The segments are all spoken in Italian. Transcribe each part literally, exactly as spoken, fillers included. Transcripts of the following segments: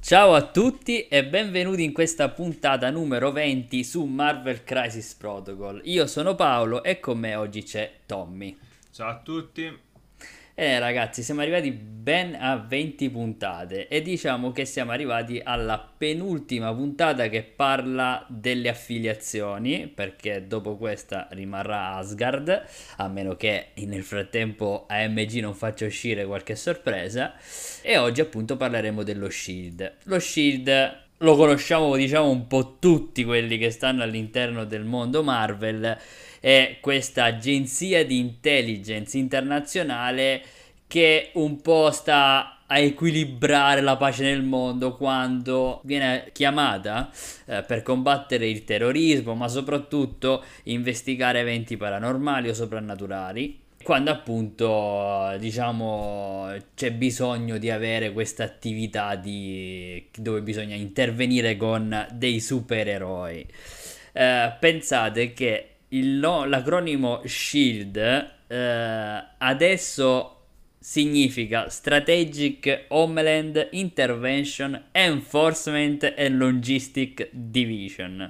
Ciao a tutti e benvenuti in questa puntata numero venti su Marvel Crisis Protocol. Io sono Paolo e con me oggi c'è Tommy. Ciao a tutti. E ragazzi, siamo arrivati ben a venti puntate e diciamo che siamo arrivati alla penultima puntata che parla delle affiliazioni, perché dopo questa rimarrà Asgard, a meno che nel frattempo A M G non faccia uscire qualche sorpresa. E oggi appunto parleremo dello Shield. Lo Shield lo conosciamo, diciamo, un po' tutti quelli che stanno all'interno del mondo Marvel. È questa agenzia di intelligence internazionale che un po' sta a equilibrare la pace nel mondo quando viene chiamata eh, per combattere il terrorismo, ma soprattutto investigare eventi paranormali o soprannaturali. Quando appunto, diciamo, c'è bisogno di avere questa attività di... dove bisogna intervenire con dei supereroi. Eh, pensate che il no- l'acronimo SHIELD eh, adesso significa Strategic Homeland Intervention Enforcement and Logistic Division.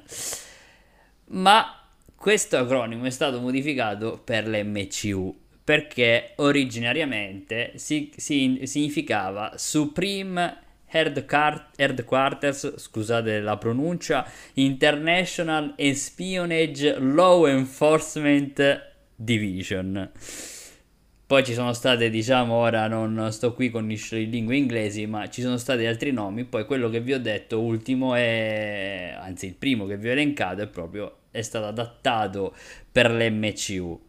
Ma questo acronimo è stato modificato per l'M C U perché originariamente si, si- significava Supreme Headquarters, scusate la pronuncia, International Espionage Law Enforcement Division. Poi ci sono state, diciamo, ora non sto qui con le lingue inglesi, ma ci sono stati altri nomi. Poi quello che vi ho detto ultimo è, anzi il primo che vi ho elencato è proprio, è stato adattato per l'M C U.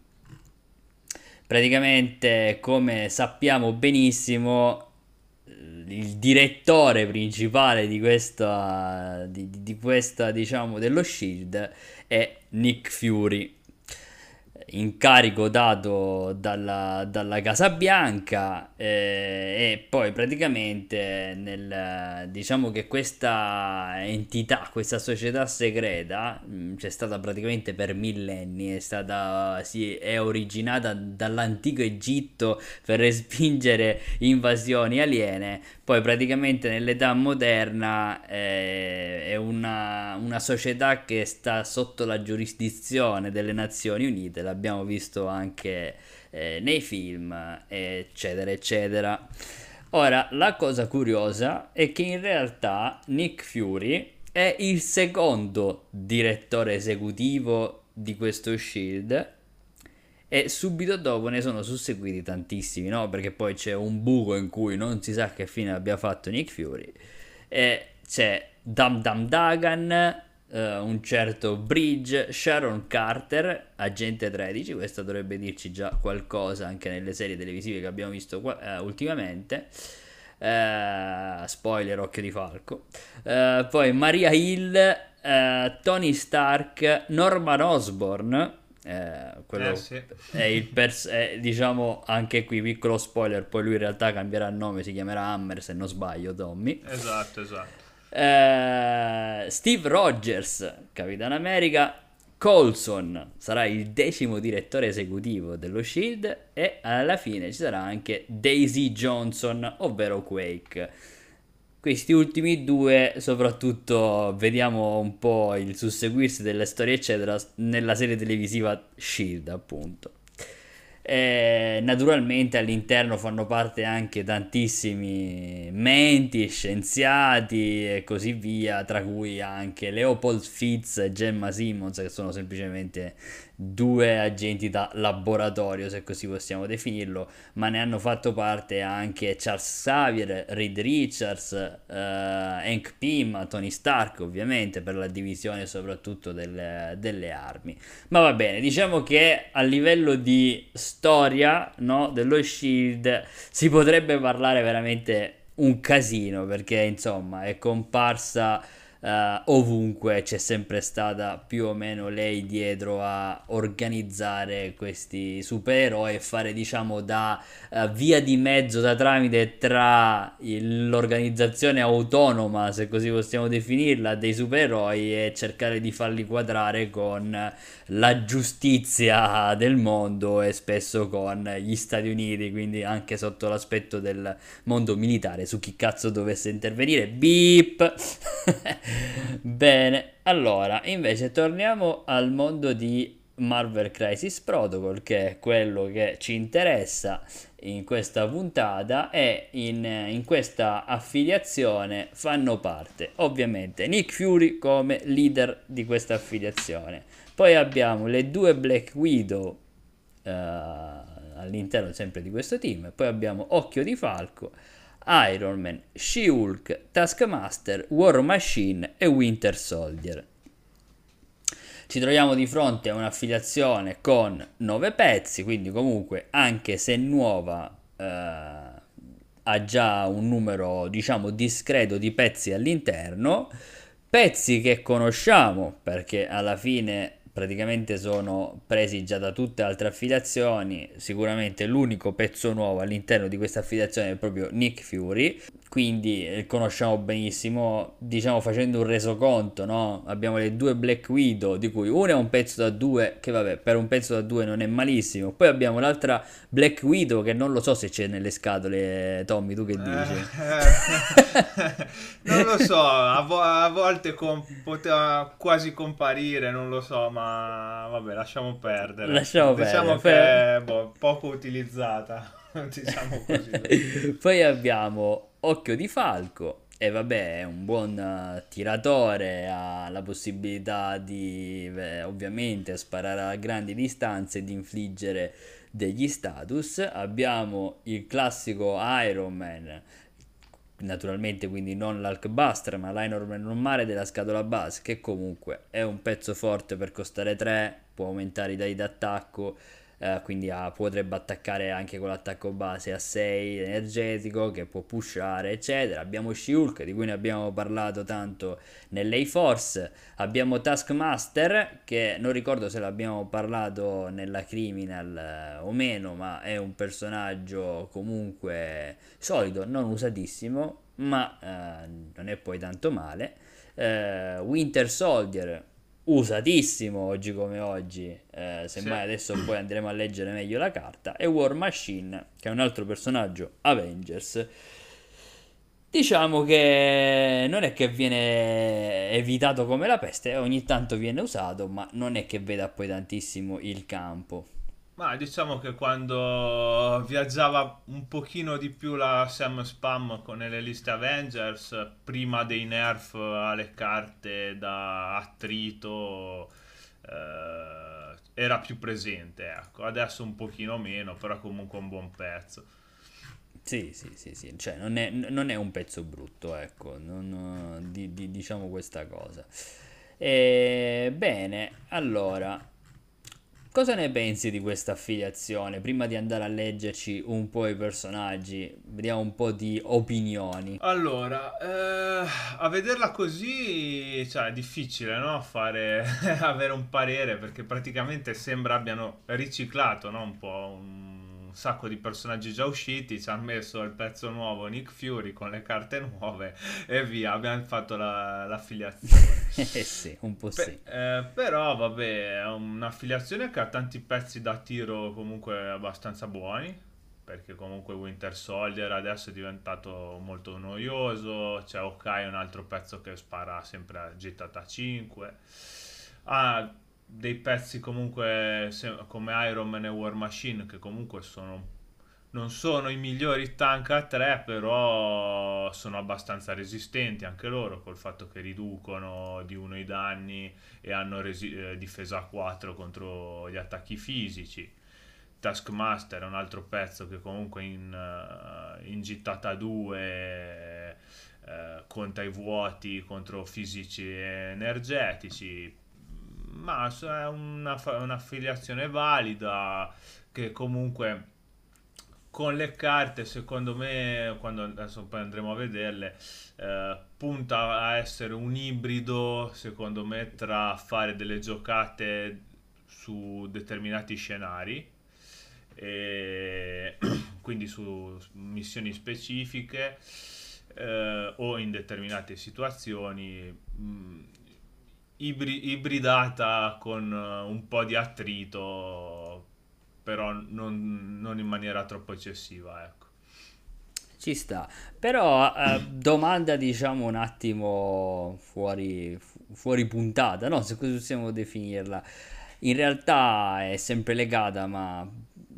Praticamente, come sappiamo benissimo, il direttore principale di questa, di, di questa, diciamo, dello Shield è Nick Fury, incarico dato dalla, dalla Casa Bianca, eh, e poi praticamente nel, diciamo che questa entità, questa società segreta mh, c'è stata praticamente per millenni, è stata, si è originata dall'antico Egitto per respingere invasioni aliene. Poi praticamente nell'età moderna eh, è una, una società che sta sotto la giurisdizione delle Nazioni Unite, l'abbiamo visto anche eh, nei film, eccetera, eccetera. Ora, la cosa curiosa è che in realtà Nick Fury è il secondo direttore esecutivo di questo Shield e subito dopo ne sono susseguiti tantissimi, no? Perché poi c'è un buco in cui non si sa che fine abbia fatto Nick Fury. E c'è Dum Dum Dagan, eh, un certo Bridge, Sharon Carter, Agente tredici. Questo dovrebbe dirci già qualcosa anche nelle serie televisive che abbiamo visto qua, eh, ultimamente. Eh, spoiler, occhio di falco. Eh, poi Maria Hill, eh, Tony Stark, Norman Osborn, eh, Eh quello sì. è il pers- è, diciamo anche qui piccolo spoiler, poi lui in realtà cambierà il nome, si chiamerà Hammer se non sbaglio, Tommy. Esatto, esatto. Eh, Steve Rogers, Capitan America. Coulson sarà il decimo direttore esecutivo dello Shield e alla fine ci sarà anche Daisy Johnson, ovvero Quake. Questi ultimi due, soprattutto, vediamo un po' il susseguirsi delle storie, eccetera, nella serie televisiva Shield, appunto. E naturalmente all'interno fanno parte anche tantissimi menti, scienziati e così via, tra cui anche Leopold Fitz e Gemma Simmons, che sono semplicemente due agenti da laboratorio, se così possiamo definirlo, ma ne hanno fatto parte anche Charles Xavier, Reed Richards, eh, Hank Pym, Tony Stark, ovviamente, per la divisione soprattutto delle, delle armi. Ma va bene, diciamo che a livello di storia, no, dello Shield si potrebbe parlare veramente un casino, perché insomma è comparsa eh, ovunque c'è sempre stata più o meno lei dietro a organizzare questi supereroi e fare diciamo da eh, via di mezzo, da tramite tra il- l'organizzazione autonoma, se così possiamo definirla, dei supereroi e cercare di farli quadrare con la giustizia del mondo e spesso con gli Stati Uniti, quindi anche sotto l'aspetto del mondo militare, su chi cazzo dovesse intervenire. Beep! Bene, allora, invece torniamo al mondo di Marvel Crisis Protocol, che è quello che ci interessa in questa puntata, e in, in questa affiliazione fanno parte ovviamente Nick Fury come leader di questa affiliazione. Poi abbiamo le due Black Widow eh, all'interno sempre di questo team. Poi abbiamo Occhio di Falco, Iron Man, She-Hulk, Taskmaster, War Machine e Winter Soldier. Ci troviamo di fronte a un'affiliazione con nove pezzi, quindi comunque anche se nuova eh, ha già un numero diciamo discreto di pezzi all'interno, pezzi che conosciamo perché alla fine praticamente sono presi già da tutte le altre affiliazioni. Sicuramente l'unico pezzo nuovo all'interno di questa affiliazione è proprio Nick Fury, quindi eh, conosciamo benissimo, diciamo facendo un resoconto, no? Abbiamo le due Black Widow, di cui una è un pezzo da due, che vabbè, per un pezzo da due non è malissimo. Poi abbiamo l'altra Black Widow che non lo so se c'è nelle scatole, Tommy, tu che Eh, dici? eh, non lo so, a, vo- a volte com- poteva quasi comparire, non lo so, ma vabbè, lasciamo perdere. Lasciamo Diciamo perdere. Poi... che è boh, poco utilizzata, diciamo così. Dai. Poi abbiamo Occhio di Falco. E vabbè, è un buon eh, tiratore, ha la possibilità di eh, ovviamente sparare a grandi distanze e di infliggere degli status. Abbiamo il classico Iron Man, naturalmente quindi non l'Hulkbuster, ma l'Iron Man normale della scatola base, che comunque è un pezzo forte per costare tre, può aumentare i dadi d'attacco, eh, quindi ha- potrebbe attaccare anche con l'attacco base a sei energetico, che può pushare eccetera. Abbiamo She-Hulk, di cui ne abbiamo parlato tanto nell'A-Force. Abbiamo Taskmaster, che non ricordo se l'abbiamo parlato nella Criminal eh, o meno, ma è un personaggio comunque solido, non usatissimo, ma eh, non è poi tanto male. Eh, Winter Soldier, usatissimo oggi come oggi, eh, Sì. semmai adesso poi andremo a leggere meglio la carta. E War Machine, che è un altro personaggio Avengers. Diciamo che non è che viene evitato come la peste, ogni tanto viene usato, ma non è che veda poi tantissimo il campo. Ma diciamo che quando viaggiava un pochino di più la Sam Spam con le liste Avengers, prima dei nerf alle carte da attrito, eh, era più presente, ecco. Adesso un pochino meno, però comunque un buon pezzo. Sì, sì, sì, sì, cioè non è, non è un pezzo brutto, ecco, non, di- di- diciamo questa cosa. E, bene, allora, cosa ne pensi di questa affiliazione? Prima di andare a leggerci un po' i personaggi, vediamo un po' di opinioni. Allora, eh, a vederla così, cioè, è difficile, no? Fare, avere un parere perché praticamente sembra abbiano riciclato, no? Un po' un sacco di personaggi già usciti, ci hanno messo il pezzo nuovo Nick Fury con le carte nuove e via, abbiamo fatto la- l'affiliazione. Eh sì, un po' sì. Pe- eh, però vabbè, è un'affiliazione che ha tanti pezzi da tiro comunque abbastanza buoni, perché comunque Winter Soldier adesso è diventato molto noioso, c'è Hawkeye, un altro pezzo che spara sempre a gittata cinque, ha dei pezzi comunque se- come Iron Man e War Machine che comunque sono non sono i migliori tank a tre, però sono abbastanza resistenti anche loro, col fatto che riducono di uno i danni e hanno resi- eh, difesa a quattro contro gli attacchi fisici. Taskmaster è un altro pezzo che comunque in, eh, in gittata due eh, conta i vuoti contro fisici e energetici, ma è una, fa- un'affiliazione valida che comunque con le carte, secondo me, quando adesso poi andremo a vederle, eh, punta a essere un ibrido, secondo me, tra fare delle giocate su determinati scenari, e quindi su missioni specifiche, eh, o in determinate situazioni, mh, ibri- ibridata con eh, un po' di attrito, però non, non in maniera troppo eccessiva, ecco. Ci sta, però eh, domanda diciamo un attimo fuori, fu- fuori puntata, no? Se così possiamo definirla. In realtà è sempre legata, ma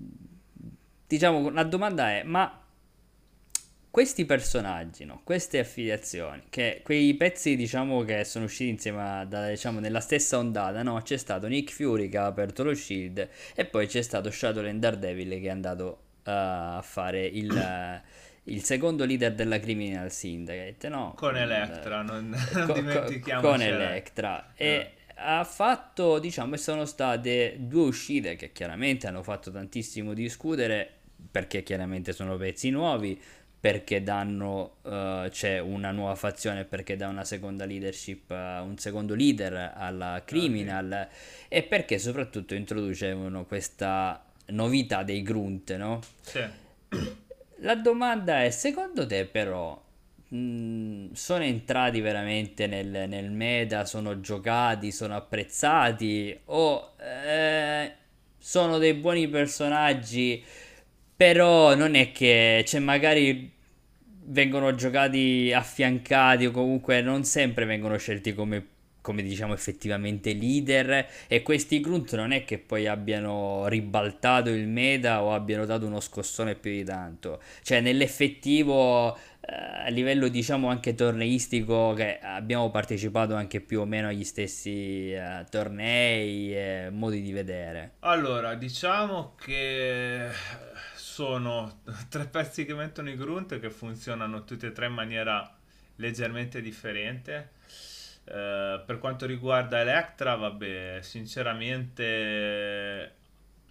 diciamo la domanda è, ma questi personaggi, no? Queste affiliazioni, che quei pezzi diciamo che sono usciti insieme a, da- diciamo, nella stessa ondata, no? C'è stato Nick Fury che ha aperto lo Shield e poi c'è stato Shadowland Daredevil che è andato eh, a fare il, eh, il secondo leader della Criminal Syndicate, no? Con Mm, Electra, non, eh, non co- co- con dimentichiamoci Electra. Electra Eh, e ha fatto, diciamo, e sono state due uscite che chiaramente hanno fatto tantissimo discutere perché chiaramente sono pezzi nuovi, perché danno eh, c'è una nuova fazione, perché dà una seconda leadership, eh, un secondo leader alla alla Cri- Criminal e perché soprattutto introducevano questa novità dei Grunt, no? Sì. La domanda è, secondo te però mh, sono entrati veramente nel, nel meta, sono giocati, sono apprezzati o eh, sono dei buoni personaggi, però non è che, cioè magari vengono giocati affiancati o comunque non sempre vengono scelti come, come diciamo effettivamente leader e questi Grunt non è che poi abbiano ribaltato il meta o abbiano dato uno scossone più di tanto, cioè nell'effettivo eh, a livello diciamo anche torneistico che abbiamo partecipato anche più o meno agli stessi eh, tornei e modi di vedere. Allora, diciamo che sono tre pezzi che mettono i grunt che funzionano tutti e tre in maniera leggermente differente. Eh, per quanto riguarda Electra, vabbè, sinceramente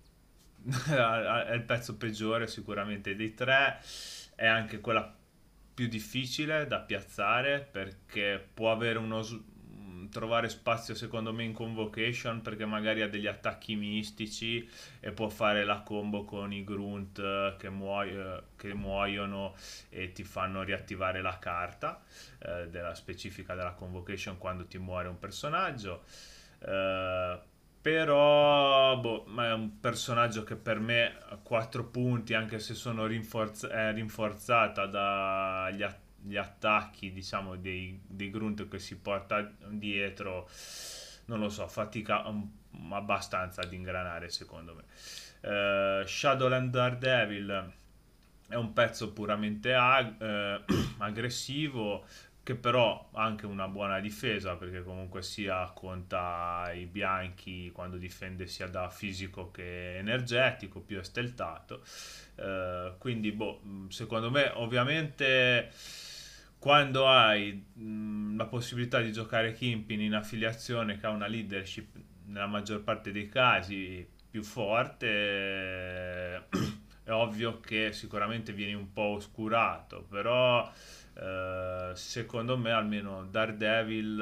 è il pezzo peggiore sicuramente dei tre, è anche quella più difficile da piazzare perché può avere uno s- trovare spazio secondo me in convocation perché magari ha degli attacchi mistici e può fare la combo con i grunt eh, che, muoio- che muoiono e ti fanno riattivare la carta eh, della specifica della convocation quando ti muore un personaggio. Eh, Però boh, ma è un personaggio che per me ha quattro punti, anche se sono rinforz- è rinforzata dagli attacchi gli attacchi, diciamo, dei, dei grunt che si porta dietro, non lo so, fatica um, abbastanza ad ingranare, secondo me. Eh, Shadowland Daredevil è un pezzo puramente ag- eh, aggressivo che però ha anche una buona difesa perché comunque sia conta i bianchi quando difende sia da fisico che energetico, più esteltato. Eh, quindi boh, secondo me ovviamente quando hai mh, la possibilità di giocare Kimpin in affiliazione che ha una leadership nella maggior parte dei casi più forte, eh, è ovvio che sicuramente vieni un po' oscurato, però eh, secondo me almeno Daredevil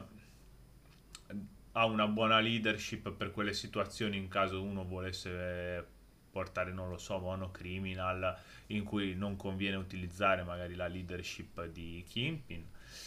eh, ha una buona leadership per quelle situazioni in caso uno volesse portare, non lo so, mono criminal in cui non conviene utilizzare magari la leadership di Kimpin.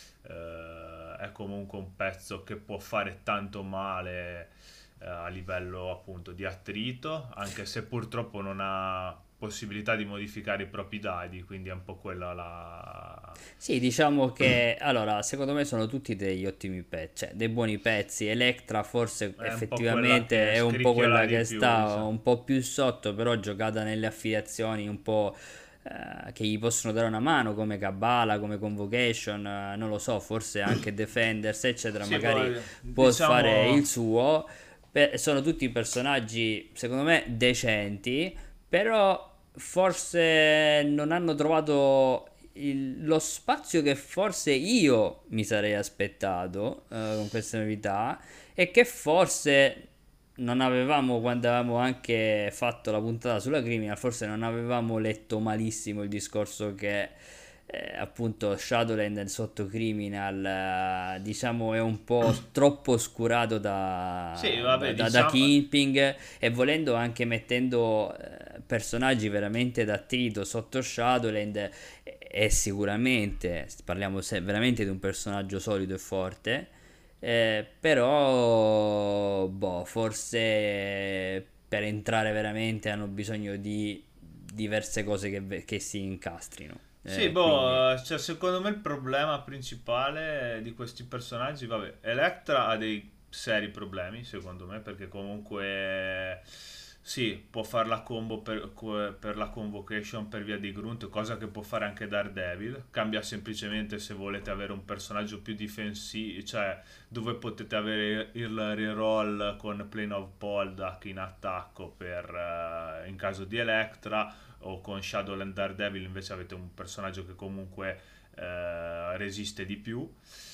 Eh, è comunque un pezzo che può fare tanto male eh, a livello appunto di attrito, anche se purtroppo non ha possibilità di modificare i propri dadi, quindi è un po' quella la... Sì, diciamo che allora, secondo me sono tutti degli ottimi pezzi, cioè dei buoni pezzi. Electra forse è un po' quella effettivamente che è un po' scricchiola quella di che più, sta diciamo. un po' più sotto, però giocata nelle affiliazioni un po' eh, che gli possono dare una mano come Kabbalah, come Convocation, eh, non lo so, forse anche Defenders, eccetera, Sì, magari poi può fare il diciamo suo. Pe- sono tutti personaggi, secondo me, decenti, però forse non hanno trovato il- lo spazio che forse io mi sarei aspettato eh, con queste novità e che forse non avevamo, quando avevamo anche fatto la puntata sulla Criminal, forse non avevamo letto malissimo il discorso che eh, appunto Shadowland sotto Criminal, eh, diciamo, è un po' troppo oscurato Sì, da, vabbè, da, da, da diciamo... Kingpin, e volendo anche mettendo eh, personaggi veramente da trito sotto Shadowland, è, è sicuramente, parliamo se- veramente di un personaggio solido e forte. Eh, però, boh, forse per entrare veramente hanno bisogno di diverse cose che, che si incastrino. Sì, Eh, quindi, boh, cioè, secondo me il problema principale di questi personaggi, vabbè, Electra ha dei seri problemi, secondo me, perché comunque sì, può fare la combo per, co- per la convocation per via di Grunt, cosa che può fare anche Daredevil. Cambia semplicemente se volete avere un personaggio più difensivo, cioè dove potete avere il reroll con Plane of Poldak in attacco per, eh, in caso di Electra, o con Shadowland Daredevil invece avete un personaggio che comunque eh, resiste di più.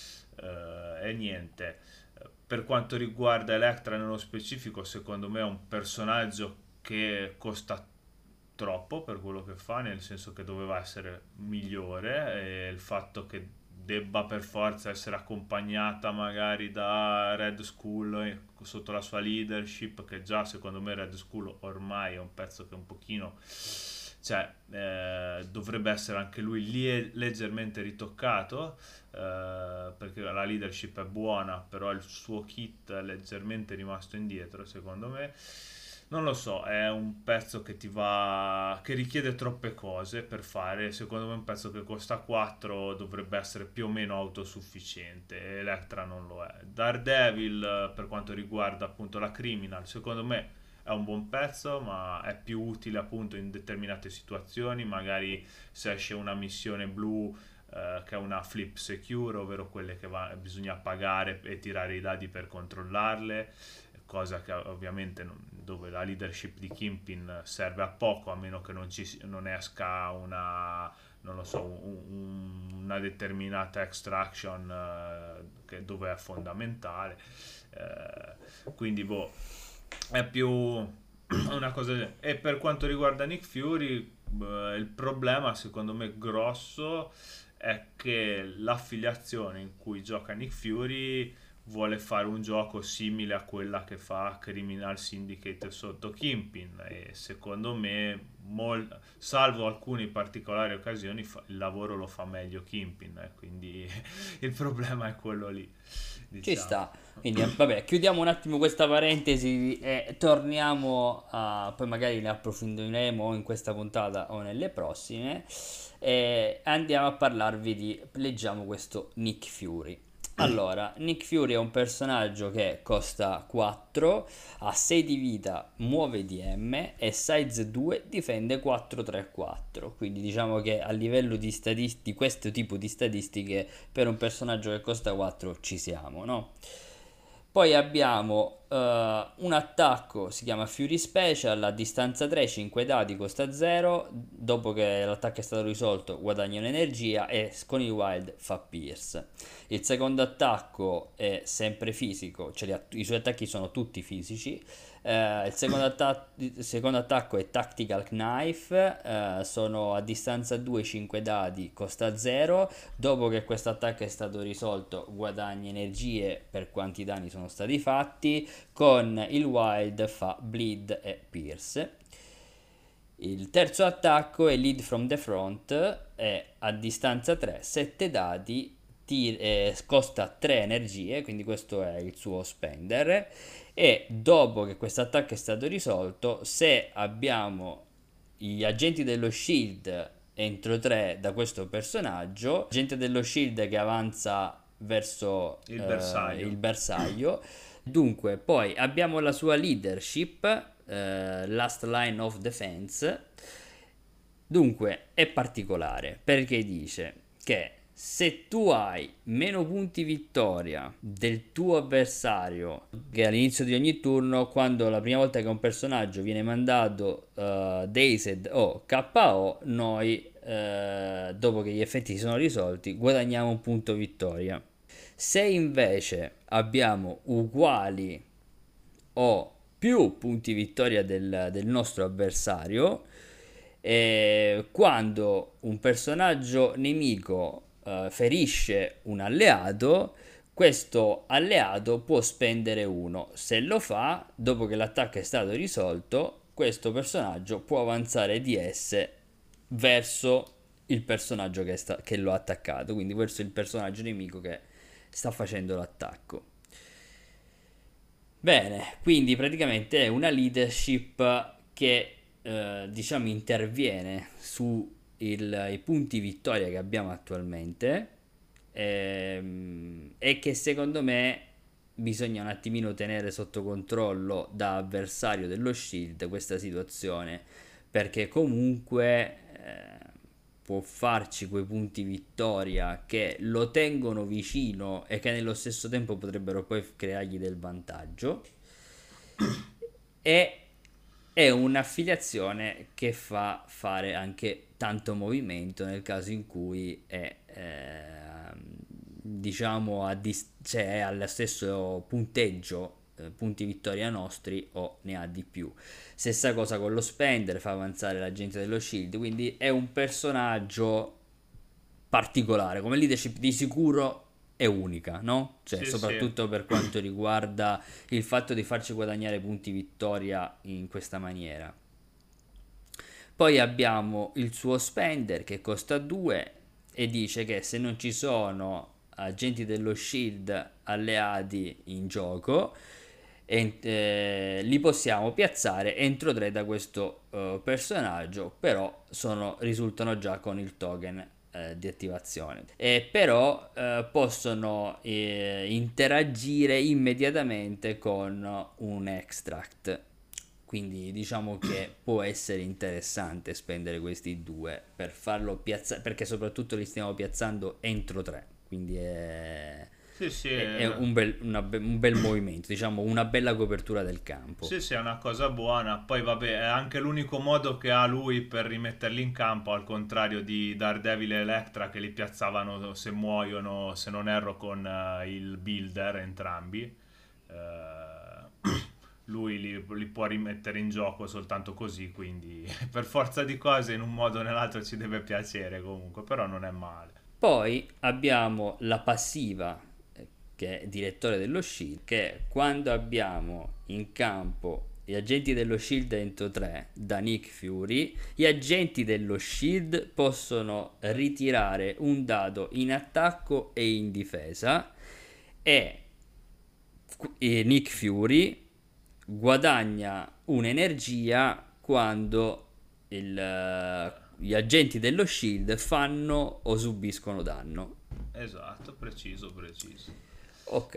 Eh, e niente. Per quanto riguarda Electra nello specifico, secondo me è un personaggio che costa troppo per quello che fa, nel senso che doveva essere migliore, e il fatto che debba per forza essere accompagnata magari da Red Skull eh, sotto la sua leadership, che già secondo me Red Skull ormai è un pezzo che un pochino, cioè, eh, dovrebbe essere anche lui lie- leggermente ritoccato, eh, perché la leadership è buona, però il suo kit è leggermente rimasto indietro, secondo me. Non lo so, è un pezzo che ti va, che richiede troppe cose per fare. Secondo me un pezzo che costa quattro dovrebbe essere più o meno autosufficiente. Electra non lo è. Daredevil, eh, per quanto riguarda appunto la Criminal, secondo me è un buon pezzo, ma è più utile appunto in determinate situazioni, magari se esce una missione blu, eh, che è una flip secure, ovvero quelle che va- bisogna pagare e tirare i dadi per controllarle, cosa che ovviamente non- dove la leadership di Kimpin serve a poco, a meno che non, ci, si- non esca una, non lo so, un- un- una determinata extraction, eh, che- dove è fondamentale. Eh, quindi boh, è più una cosa del genere. E per quanto riguarda Nick Fury, eh, il problema secondo me grosso è che l'affiliazione in cui gioca Nick Fury vuole fare un gioco simile a quella che fa Criminal Syndicate sotto Kingpin, e secondo me, mol- salvo alcune particolari occasioni, fa- il lavoro lo fa meglio Kingpin, eh, quindi il problema è quello lì, ci diciamo. sta. Quindi, eh, vabbè, chiudiamo un attimo questa parentesi e torniamo a... poi magari ne approfondiremo in questa puntata o nelle prossime. E andiamo a parlarvi di... leggiamo questo Nick Fury. Allora, Nick Fury è un personaggio che costa quattro, ha sei di vita, muove D M e size due, difende quattro tre quattro. Quindi diciamo che a livello di, statist- di questo tipo di statistiche per un personaggio che costa quattro ci siamo, no? Poi abbiamo eh, un attacco, si chiama Fury Special, a distanza tre, cinque dadi, costa zero, dopo che l'attacco è stato risolto guadagna un'energia e con il Wild fa Pierce. Il secondo attacco è sempre fisico, cioè gli att- i suoi attacchi sono tutti fisici. Eh, il secondo, atta- il secondo attacco è Tactical Knife, eh, sono a distanza due, cinque dadi, costa zero. Dopo che questo attacco è stato risolto, guadagni energie per quanti danni sono stati fatti. Con il Wild fa Bleed e Pierce. Il terzo attacco è Lead from the Front, è a distanza tre, sette dadi, tir- eh, costa tre energie, quindi questo è il suo spender. E dopo che questo attacco è stato risolto, se abbiamo gli agenti dello shield entro tre da questo personaggio, agente dello shield che avanza verso Il eh, il bersaglio. bersaglio. Dunque, poi abbiamo la sua leadership, eh, last line of defense. Dunque, è particolare perché dice che se tu hai meno punti vittoria del tuo avversario, che all'inizio di ogni turno, quando la prima volta che un personaggio viene mandato uh, Dazed o K O, noi, uh, dopo che gli effetti si sono risolti, guadagniamo un punto vittoria. Se invece abbiamo uguali o più punti vittoria del, del nostro avversario. E quando un personaggio nemico eh, ferisce un alleato, questo alleato può spendere uno. Se lo fa, dopo che l'attacco è stato risolto, questo personaggio può avanzare di esse verso il personaggio che, sta, che lo ha attaccato, quindi verso il personaggio nemico che sta facendo l'attacco. Bene, quindi praticamente è una leadership che eh, diciamo interviene sui punti vittoria che abbiamo attualmente, ehm, e che secondo me bisogna un attimino tenere sotto controllo da avversario dello Shield questa situazione, perché comunque eh, può farci quei punti vittoria che lo tengono vicino e che nello stesso tempo potrebbero poi creargli del vantaggio. E è un'affiliazione che fa fare anche tanto movimento nel caso in cui è ehm, diciamo a dis- cioè è allo stesso punteggio, eh, punti vittoria nostri o ne ha di più. Stessa cosa con lo spender, fa avanzare la gente dello shield, quindi è un personaggio particolare, come leadership di sicuro è unica, no? Cioè, Sì, sì. soprattutto per quanto riguarda il fatto di farci guadagnare punti vittoria in questa maniera. Poi abbiamo il suo spender che costa due e dice che se non ci sono agenti dello shield alleati in gioco, e, eh, li possiamo piazzare entro tre da questo eh, personaggio, però sono, risultano già con il token eh, di attivazione, e però eh, possono eh, interagire immediatamente con un extract, quindi diciamo che può essere interessante spendere questi due per farlo piazzare, perché soprattutto li stiamo piazzando entro tre, quindi è, Sì, sì, è- è eh, un bel, una be- un bel movimento, diciamo una bella copertura del campo. sì, sì, è una cosa buona. Poi, vabbè, è anche l'unico modo che ha lui per rimetterli in campo, al contrario di Daredevil e Electra che li piazzavano se muoiono, se non erro, con eh, il builder entrambi. Eh, lui li, li può rimettere in gioco soltanto così, quindi per forza di cose in un modo o nell'altro ci deve piacere comunque, però non è male. Poi abbiamo la passiva, eh, che è direttore dello Shield, che quando abbiamo in campo gli agenti dello Shield entro tre da Nick Fury, gli agenti dello Shield possono ritirare un dado in attacco e in difesa, e e Nick Fury guadagna un'energia quando il, eh, gli agenti dello Shield fanno o subiscono danno. Esatto, preciso, preciso. Ok.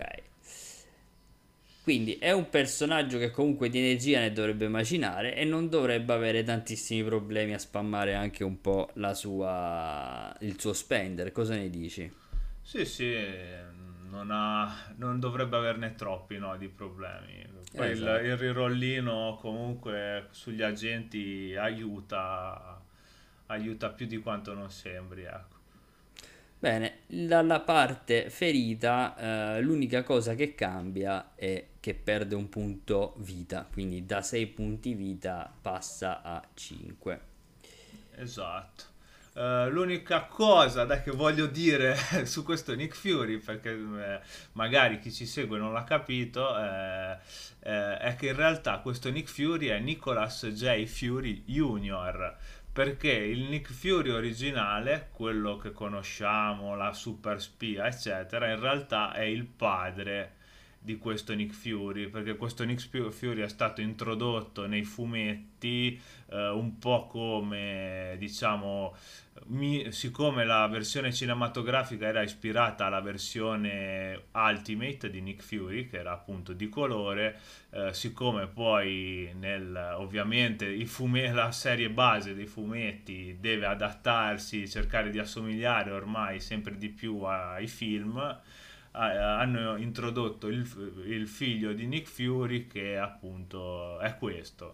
Quindi è un personaggio che comunque di energia ne dovrebbe macinare e non dovrebbe avere tantissimi problemi a spammare anche un po' la sua, il suo spender. Cosa ne dici? Sì, sì, non ha, non dovrebbe averne troppi, no, di problemi. Poi il, Esatto. il rirollino comunque sugli agenti aiuta, aiuta più di quanto non sembri, ecco. Bene, dalla parte ferita, eh, l'unica cosa che cambia è che perde un punto vita, quindi da sei punti vita passa a cinque. Esatto. Eh, l'unica cosa dai, che voglio dire su questo Nick Fury, perché eh, magari chi ci segue non l'ha capito, eh, eh, è che in realtà questo Nick Fury è Nicholas J. Fury junior, perché il Nick Fury originale, quello che conosciamo, la super spia, eccetera, in realtà è il padre di questo Nick Fury, perché questo Nick Fury è stato introdotto nei fumetti eh, un po' come, diciamo, mi- siccome la versione cinematografica era ispirata alla versione Ultimate di Nick Fury, che era appunto di colore, eh, siccome poi nel, ovviamente il fume- la serie base dei fumetti deve adattarsi, cercare di assomigliare ormai sempre di più ai film, ha- hanno introdotto il, il figlio di Nick Fury che appunto è questo.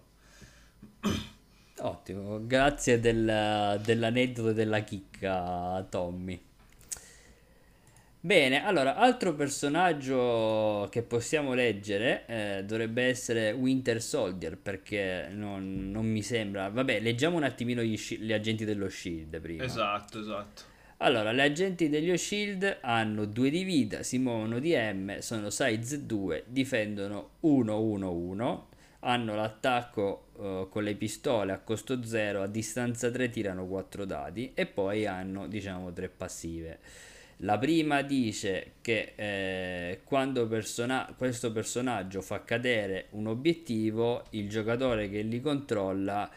Ottimo, grazie del- dell'aneddoto e della chicca, Tommy. Bene, allora, altro personaggio che possiamo leggere eh, dovrebbe essere Winter Soldier, perché non, non mi sembra. Vabbè, leggiamo un attimino gli, sci- gli agenti dello Shield prima. Esatto, esatto. Allora, gli agenti dello Shield hanno due di vita, si muovono di M, sono size due, difendono uno uno uno, hanno l'attacco eh, con le pistole a costo zero, a distanza tre tirano quattro dadi e poi hanno, diciamo, tre passive. La prima dice che eh, quando persona- questo personaggio fa cadere un obiettivo, il giocatore che li controlla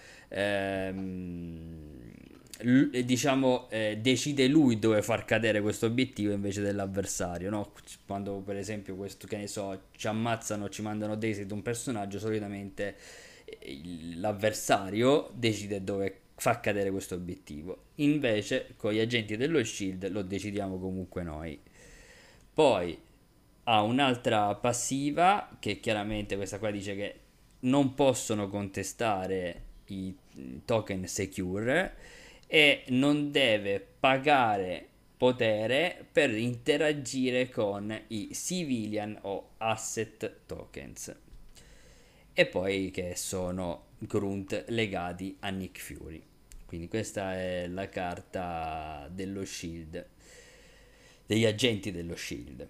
ehm, l- diciamo eh, decide lui dove far cadere questo obiettivo invece dell'avversario, no? Quando per esempio questo, che ne so, ci ammazzano, ci mandano Daisy un personaggio, solitamente eh, il- l'avversario decide dove fa cadere questo obiettivo. Invece con gli agenti dello Shield lo decidiamo comunque noi. Poi ha un'altra passiva che chiaramente questa qua dice che non possono contestare i token secure e non deve pagare potere per interagire con i civilian o asset tokens e poi che sono grunt legati a Nick Fury. Quindi questa è la carta dello Shield, degli agenti dello Shield.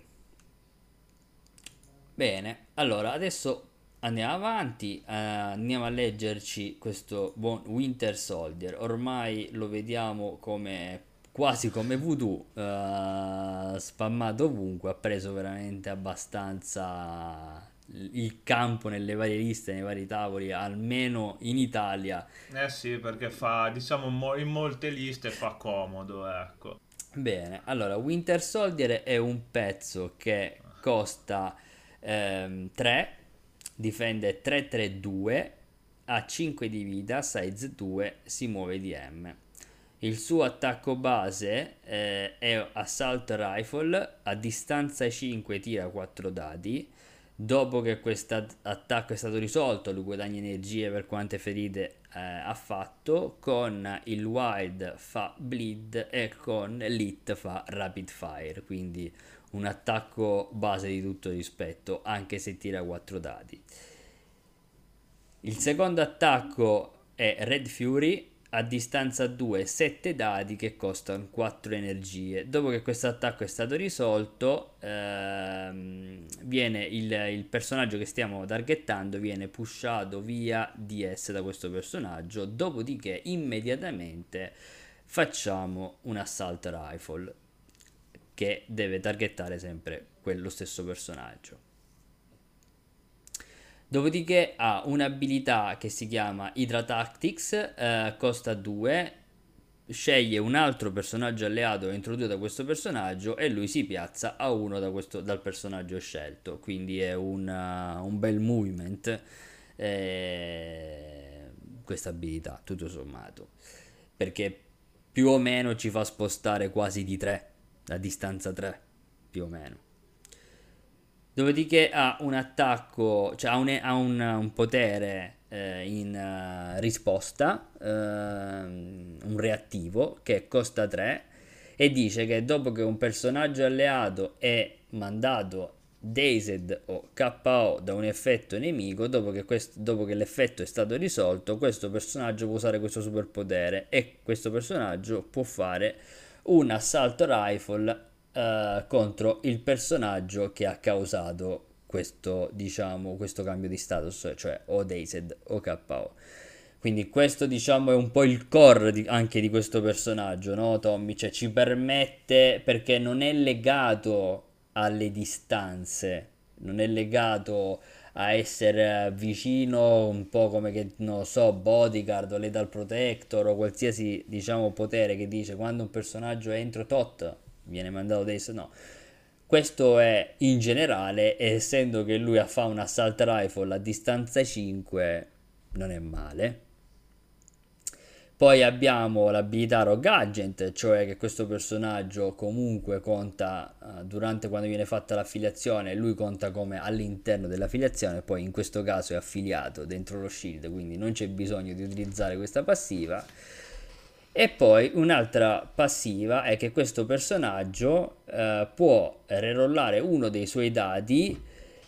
Bene, allora adesso andiamo avanti, eh, andiamo a leggerci questo buon Winter Soldier. Ormai lo vediamo come quasi come voodoo, eh, spammato ovunque, ha preso veramente abbastanza il campo nelle varie liste, nei vari tavoli, almeno in Italia. Eh sì, perché fa, diciamo, mo- in molte liste fa comodo, ecco. Bene, allora Winter Soldier è un pezzo che costa ehm, tre, difende tre tre due, ha cinque di vita, size due, si muove di M. Il suo attacco base eh, è Assault Rifle, a distanza cinque tira quattro dadi. Dopo che questo attacco è stato risolto, lui guadagna energie per quante ferite eh, ha fatto. Con il Wild fa Bleed e con l'Hit fa Rapid Fire. Quindi un attacco base di tutto rispetto, anche se tira quattro dadi. Il secondo attacco è Red Fury, a distanza due, sette dadi che costano quattro energie. Dopo che questo attacco è stato risolto, ehm, viene il, il personaggio che stiamo targettando viene pushato via D S da questo personaggio. Dopodiché, immediatamente facciamo un assault rifle che deve targettare sempre quello stesso personaggio. Dopodiché ha un'abilità che si chiama Hydra Tactics, eh, costa due, sceglie un altro personaggio alleato introdotto da questo personaggio e lui si piazza a uno da questo, dal personaggio scelto. Quindi è una- un bel movement eh, questa abilità, tutto sommato. Perché più o meno ci fa spostare quasi di tre, a distanza tre, più o meno. Dopodiché ha un attacco, cioè ha un, ha un, un potere eh, in eh, risposta, ehm, un reattivo che costa tre e dice che dopo che un personaggio alleato è mandato dazed o K O da un effetto nemico, dopo che, questo, dopo che l'effetto è stato risolto, questo personaggio può usare questo superpotere e questo personaggio può fare un assalto rifle eh, contro il personaggio che ha causato questo, diciamo, questo cambio di status, cioè o Dazed o K O. Quindi questo diciamo è un po' il core di- anche di questo personaggio, no Tommy? Cioè ci permette, perché non è legato alle distanze, non è legato a essere vicino un po' come che non so, bodyguard o lethal protector o qualsiasi diciamo potere che dice quando un personaggio è entro tot viene mandato dei no. Questo è in generale, e essendo che lui fa un assault rifle a distanza cinque, non è male. Poi abbiamo l'abilità Rogue Agent, cioè che questo personaggio comunque conta uh, durante quando viene fatta l'affiliazione, lui conta come all'interno dell'affiliazione, poi in questo caso è affiliato dentro lo shield, quindi non c'è bisogno di utilizzare questa passiva. E poi un'altra passiva è che questo personaggio eh, può rerollare uno dei suoi dadi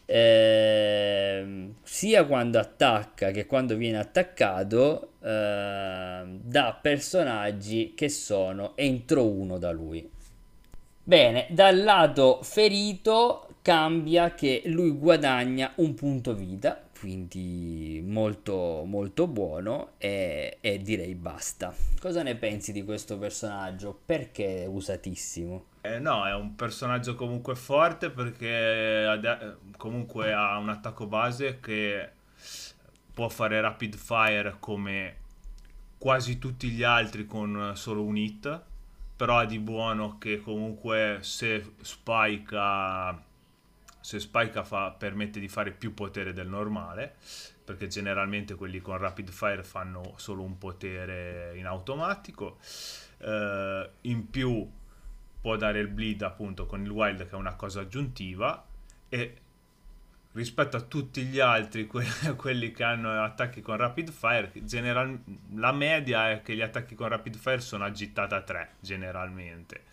ehm, sia quando attacca che quando viene attaccato ehm, da personaggi che sono entro uno da lui. Bene, dal lato ferito cambia che lui guadagna un punto vita, quindi molto molto buono e, e direi basta. Cosa ne pensi di questo personaggio? Perché è usatissimo? Eh, no, è un personaggio comunque forte perché ade- comunque ha un attacco base che può fare rapid fire come quasi tutti gli altri con solo un hit, però ha di buono che comunque se spika, se spika fa, permette di fare più potere del normale, perché generalmente quelli con rapid fire fanno solo un potere in automatico. Eh, in più può dare il bleed appunto con il wild, che è una cosa aggiuntiva, e rispetto a tutti gli altri, que- quelli che hanno attacchi con rapid fire, general- la media è che gli attacchi con rapid fire sono a gittata tre generalmente.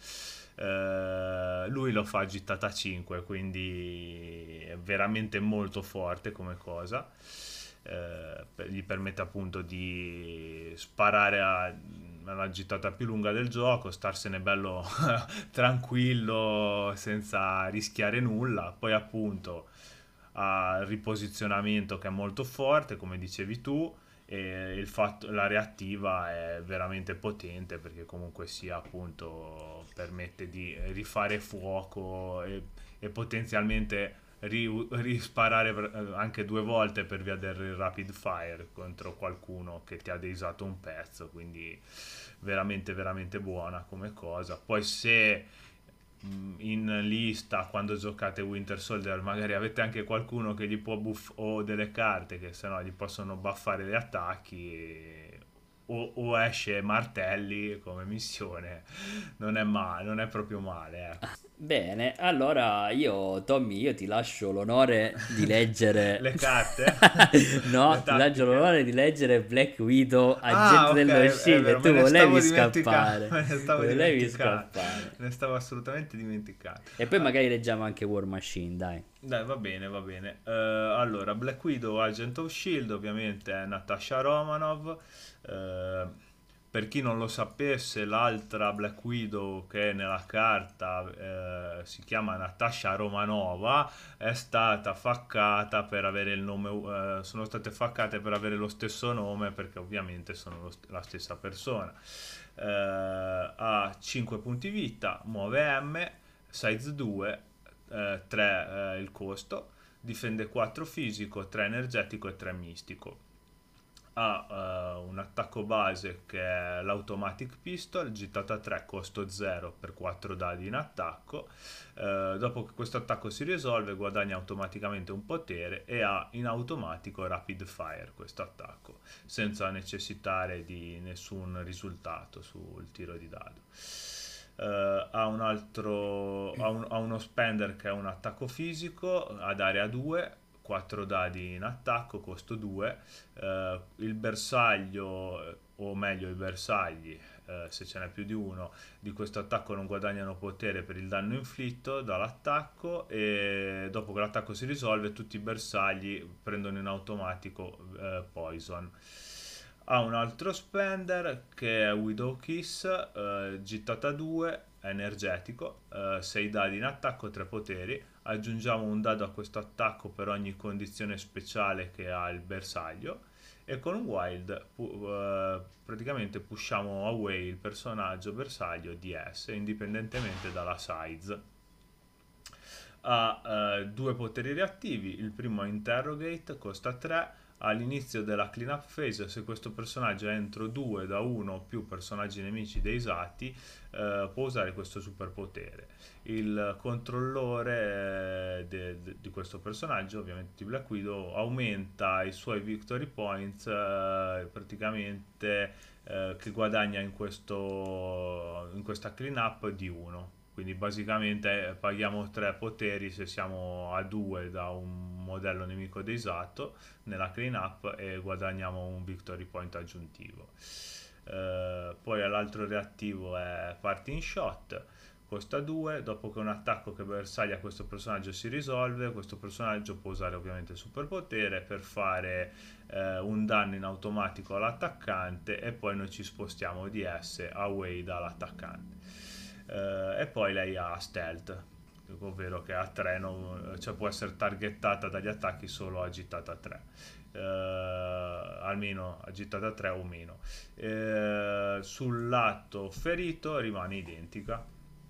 Eh, lui lo fa a gittata cinque, quindi è veramente molto forte come cosa. Eh, per- gli permette appunto di sparare a alla gittata più lunga del gioco, starsene bello tranquillo senza rischiare nulla. Poi appunto ha il riposizionamento che è molto forte, come dicevi tu, e il fatto, la reattiva è veramente potente perché comunque sia appunto permette di rifare fuoco e, e potenzialmente ri- risparare per- anche due volte per via del rapid fire contro qualcuno che ti ha deisato un pezzo, quindi veramente veramente buona come cosa. Poi se mh, in lista quando giocate Winter Soldier magari avete anche qualcuno che gli può buff o delle carte che sennò gli possono buffare gli attacchi e- o, o esce martelli come missione, non è male, non è proprio male, ecco. Bene, allora io, Tommy, io ti lascio l'onore di leggere. Le carte, le No, ti lascio tattiche. l'onore di leggere Black Widow, Ah, agente ok, dello è Shield, e vero, me tu ne stavo volevi dimenticando, scappare. me ne stavo Volevi dimenticando, scappare. me ne stavo assolutamente dimenticando. E poi Ah, magari leggiamo anche War Machine, dai. dai, va bene, va bene. Eh, allora, Black Widow, Agent of Shield, ovviamente è Natasha Romanoff. Eh, per chi non lo sapesse, l'altra Black Widow che è nella carta eh, si chiama Natasha Romanova, è stata faccata per avere il nome, eh, sono state faccate per avere lo stesso nome perché ovviamente sono lo st- la stessa persona. Eh, ha cinque punti vita, muove M, size due, eh, tre eh, il costo, difende quattro fisico, tre energetico e tre mistico. Ha eh, un attacco base che è l'Automatic Pistol, gittata tre, costo zero per quattro dadi in attacco. Eh, dopo che questo attacco si risolve, guadagna automaticamente un potere e ha in automatico Rapid Fire questo attacco, senza necessitare di nessun risultato sul tiro di dado. Eh, ha un altro ha, un- ha uno spender che è un attacco fisico ad area due, quattro dadi in attacco, costo due. Eh, il bersaglio, o meglio i bersagli, eh, se ce n'è più di uno, di questo attacco non guadagnano potere per il danno inflitto dall'attacco, e dopo che l'attacco si risolve tutti i bersagli prendono in automatico eh, poison. Ha un altro spender che è Widow Kiss, eh, gittata due, è energetico, eh, sei dadi in attacco, tre poteri. Aggiungiamo un dado a questo attacco per ogni condizione speciale che ha il bersaglio. E con un wild pu- eh, praticamente pushiamo away il personaggio bersaglio D S indipendentemente dalla size. Ha eh, due poteri reattivi, il primo è Interrogate, costa tre. All'inizio della cleanup phase, se questo personaggio è entro due da uno o più personaggi nemici dei Sati, eh, può usare questo superpotere. Il controllore eh, de- de- di questo personaggio, ovviamente di Black Widow, aumenta i suoi victory points eh, praticamente eh, che guadagna in, questo, in questa cleanup di uno. Quindi basicamente eh, paghiamo tre poteri se siamo a due da un modello nemico deisato nella clean up e guadagniamo un victory point aggiuntivo. Eh, poi l'altro reattivo è Parting Shot, costa due. Dopo che un attacco che bersaglia questo personaggio si risolve, questo personaggio può usare ovviamente il superpotere per fare eh, un danno in automatico all'attaccante, e poi noi ci spostiamo di S away dall'attaccante. Eh, e poi lei ha stealth, ovvero che a tre non- cioè può essere targettata dagli attacchi solo agitata a tre. Eh, almeno agitata a tre o meno. Eh, sul lato ferito rimane identica.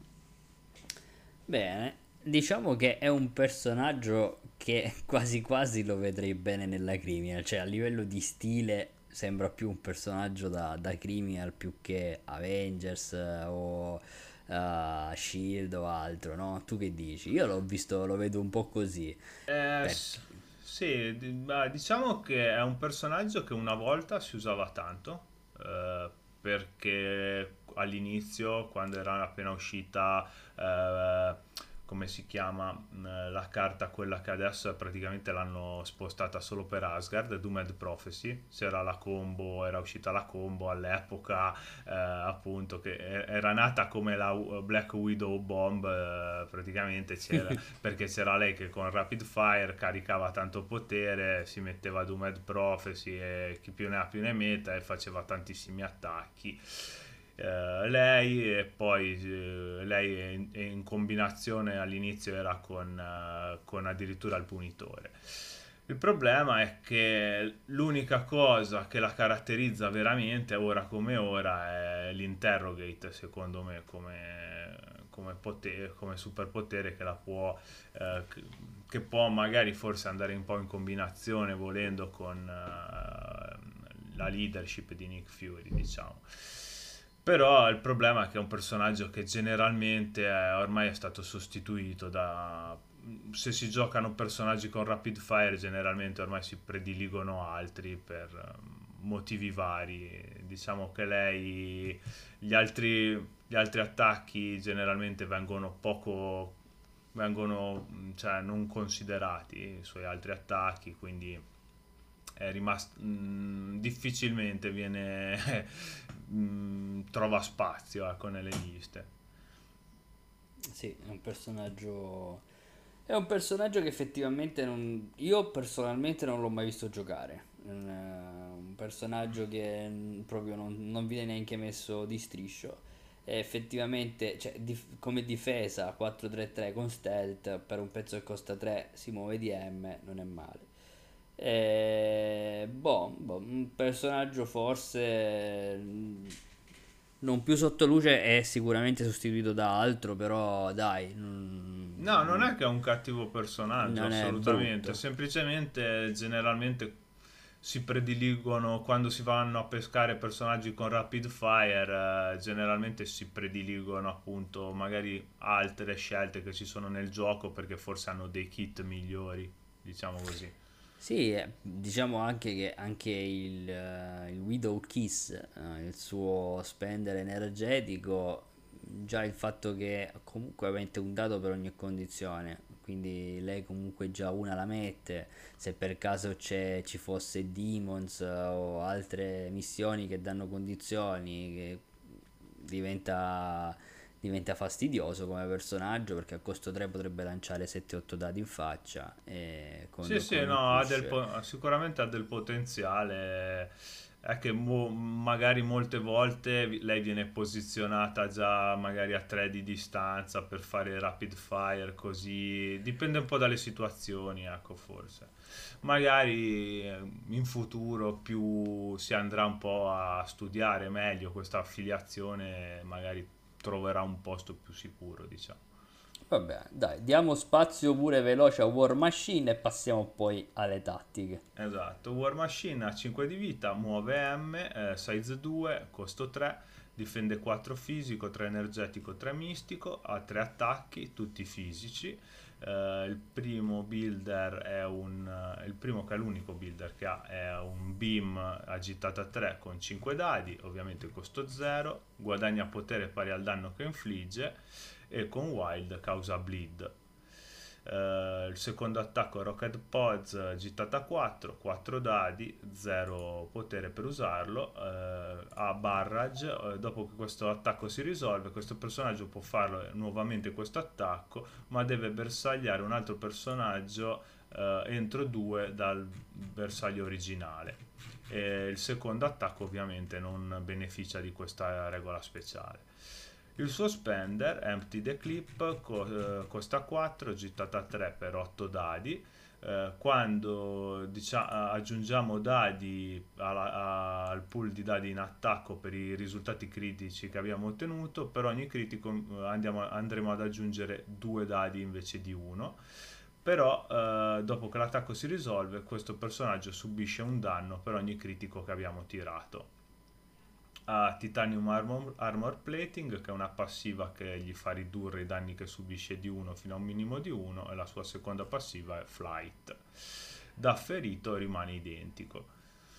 Bene, diciamo che è un personaggio che quasi quasi lo vedrei bene nella Criminal, cioè a livello di stile sembra più un personaggio da, da Criminal più che Avengers eh, o eh, Shield o altro, no? Tu che dici? Io l'ho visto, lo vedo un po' così. Eh, s- Perché? sì, di- ma diciamo che è un personaggio che una volta si usava tanto, eh, perché all'inizio, quando era appena uscita, eh, come si chiama, mh, la carta, quella che adesso è praticamente l'hanno spostata solo per Asgard, Doomed Prophecy, c'era la combo, era uscita la combo all'epoca, eh, appunto, che e- era nata come la U- Black Widow Bomb, eh, praticamente c'era perché c'era lei che con Rapid Fire caricava tanto potere, si metteva Doomed Prophecy e chi più ne ha più ne metta, e faceva tantissimi attacchi. Eh, lei e poi eh, lei in, in combinazione all'inizio era con, eh, con addirittura il punitore. Il problema è che l'unica cosa che la caratterizza veramente ora come ora è l'interrogate, secondo me, come, come, potere, come superpotere che la può, eh, che può magari forse andare un po' in combinazione volendo con eh, la leadership di Nick Fury, diciamo. Però il problema è che è un personaggio che generalmente è, ormai è stato sostituito da... Se si giocano personaggi con rapid fire, generalmente ormai si prediligono altri per eh, motivi vari. Diciamo che lei, gli altri, gli altri attacchi generalmente vengono poco, vengono mh, cioè, non considerati i suoi altri attacchi, quindi è rimasto mh, difficilmente viene mh, trova spazio, ecco, nelle liste. Sì, è un personaggio. È un personaggio che effettivamente non. Io personalmente non l'ho mai visto giocare. Un, eh, un personaggio che mm, proprio non, non viene neanche messo di striscio. E effettivamente, cioè, dif- come difesa quattro tre tre con stealth per un pezzo che costa tre si muove di M, non è male. E, boh, boh, un personaggio forse mm, non più sotto luce è sicuramente sostituito da altro, però dai, No, non mm, è che è un cattivo personaggio, non è assolutamente. brutto. Semplicemente, generalmente si prediligono quando si vanno a pescare personaggi con rapid fire, eh, generalmente si prediligono appunto magari altre scelte che ci sono nel gioco perché forse hanno dei kit migliori, diciamo così. Sì, eh, diciamo anche che anche il, eh, il Widow Kiss, eh, il suo spender energetico, già il fatto che comunque avente un dato per ogni condizione, quindi lei comunque già una la mette, se per caso c'è, ci fosse Demons eh, o altre missioni che danno condizioni, che diventa, diventa fastidioso come personaggio perché a costo tre potrebbe lanciare sette otto dadi in faccia e Sì, con, sì, con un no, ha push. del po- sicuramente ha del potenziale. È che mo- magari molte volte vi- lei viene posizionata già magari a tre di distanza per fare rapid fire, così dipende un po' dalle situazioni, ecco, forse. Magari eh, in futuro più si andrà un po' a studiare meglio questa affiliazione, magari troverà un posto più sicuro, diciamo. Vabbè, dai, diamo spazio pure veloce a War Machine e passiamo poi alle tattiche. Esatto, War Machine ha cinque di vita, muove M, eh, size due, costo tre, difende quattro fisico, tre energetico, tre mistico, ha tre attacchi, tutti fisici. Eh, il primo builder è un eh, il primo che è l'unico builder che ha è un beam agitato a tre con cinque dadi, ovviamente costo zero, guadagna potere pari al danno che infligge e con wild causa bleed. Eh, il secondo attacco Rocket Pods, gittata quattro, quattro dadi, zero potere per usarlo. Eh, ha barrage, eh, dopo che questo attacco si risolve, questo personaggio può farlo nuovamente questo attacco, ma deve bersagliare un altro personaggio eh, entro due dal bersaglio originale. E il secondo attacco ovviamente non beneficia di questa regola speciale. Il suo spender, Empty the Clip, co- eh, costa quattro, gittata tre per otto dadi. Eh, quando dicia- aggiungiamo dadi alla- a- al pool di dadi in attacco per i risultati critici che abbiamo ottenuto, per ogni critico eh, andiamo- andremo ad aggiungere due dadi invece di uno. Però eh, dopo che l'attacco si risolve, questo personaggio subisce un danno per ogni critico che abbiamo tirato. Ha Titanium Armor, Armor Plating, che è una passiva che gli fa ridurre i danni che subisce di uno fino a un minimo di uno, e la sua seconda passiva è Flight. Da ferito rimane identico.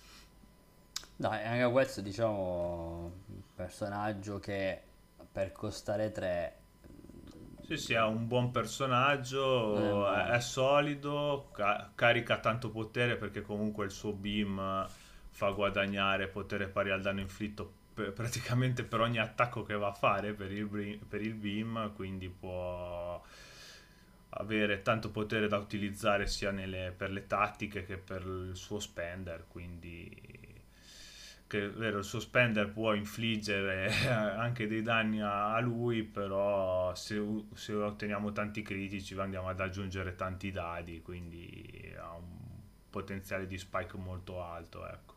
Dai, anche questo diciamo un personaggio che per costare tre Sì, sì, è un buon non è personaggio, è, è male. solido, ca- carica tanto potere perché comunque il suo beam fa guadagnare potere pari al danno inflitto per- praticamente per ogni attacco che va a fare per il, bri- per il beam, quindi può avere tanto potere da utilizzare sia nelle- per le tattiche che per il suo spender, quindi che è vero, il suo spender può infliggere anche dei danni a, a lui, però se, u- se otteniamo tanti critici andiamo ad aggiungere tanti dadi, quindi ha un potenziale di spike molto alto, ecco.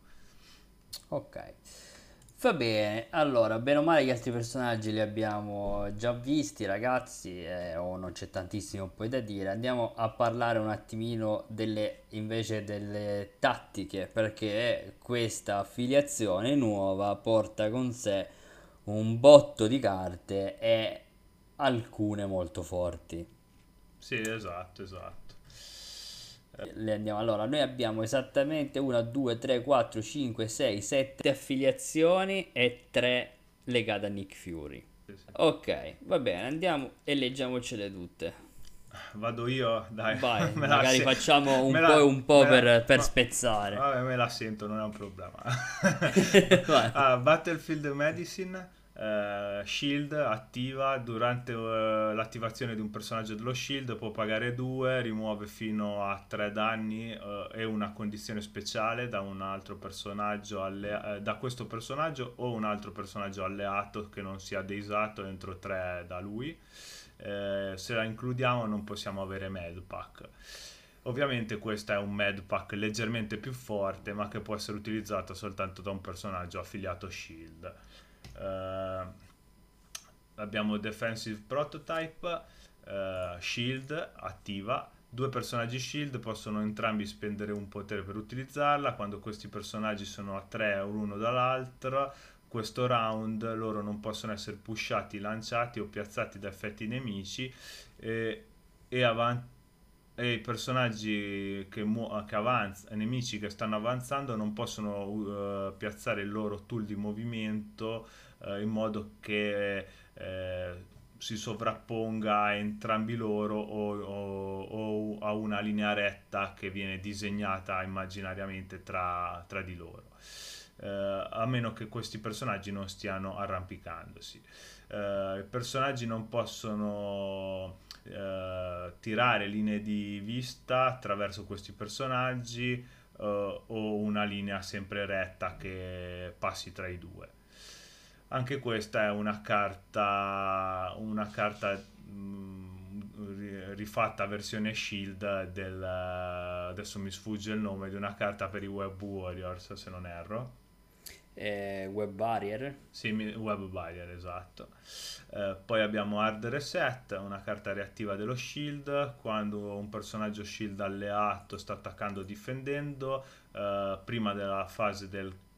Ok. Va bene, allora, bene o male gli altri personaggi li abbiamo già visti, ragazzi, eh, o non c'è tantissimo poi da dire. Andiamo a parlare un attimino delle, invece delle tattiche, perché questa affiliazione nuova porta con sé un botto di carte e alcune molto forti. Sì, esatto, esatto. Le andiamo. Allora, noi abbiamo esattamente una, due, tre, quattro, cinque, sei, sette affiliazioni e tre legate a Nick Fury. Sì, sì. Ok, va bene, andiamo e leggiamocele tutte. Vado io, dai, Vai, me la, magari se- facciamo me un po' e la, un po' me la- per, per ma- spezzare. vabbè, me la sento, non è un problema. Vai. Ah, Battlefield Medicine, eh, Shield attiva durante eh, l'attivazione di un personaggio dello Shield, può pagare due, rimuove fino a tre danni eh, e una condizione speciale da un altro personaggio alle- eh, da questo personaggio o un altro personaggio alleato che non sia deisato entro tre da lui. Eh, se la includiamo non possiamo avere Medpack. Ovviamente questo è un Medpack leggermente più forte, ma che può essere utilizzato soltanto da un personaggio affiliato Shield. Eh, abbiamo Defensive Prototype, eh, Shield attiva. Due personaggi Shield possono entrambi spendere un potere per utilizzarla. Quando questi personaggi sono a tre l'uno dall'altro, questo round loro non possono essere pushati, lanciati o piazzati da effetti nemici e, e avanti e i personaggi che, mu- che avanzano, i nemici che stanno avanzando non possono uh, piazzare il loro tool di movimento uh, in modo che eh, si sovrapponga a entrambi loro o, o- o a una linea retta che viene disegnata immaginariamente tra, tra di loro. Eh, a meno che questi personaggi non stiano arrampicandosi. Eh, I personaggi non possono eh, tirare linee di vista attraverso questi personaggi eh, o una linea sempre retta che passi tra i due. Anche questa è una carta, una carta mh, rifatta versione Shield del, adesso mi sfugge il nome, di una carta per i Web Warriors, se non erro. Eh, web barrier. Sì, mi- Web Barrier, esatto. Eh, poi abbiamo Hard Reset, una carta reattiva dello Shield. Quando un personaggio Shield alleato sta attaccando o difendendo, eh, prima della fase del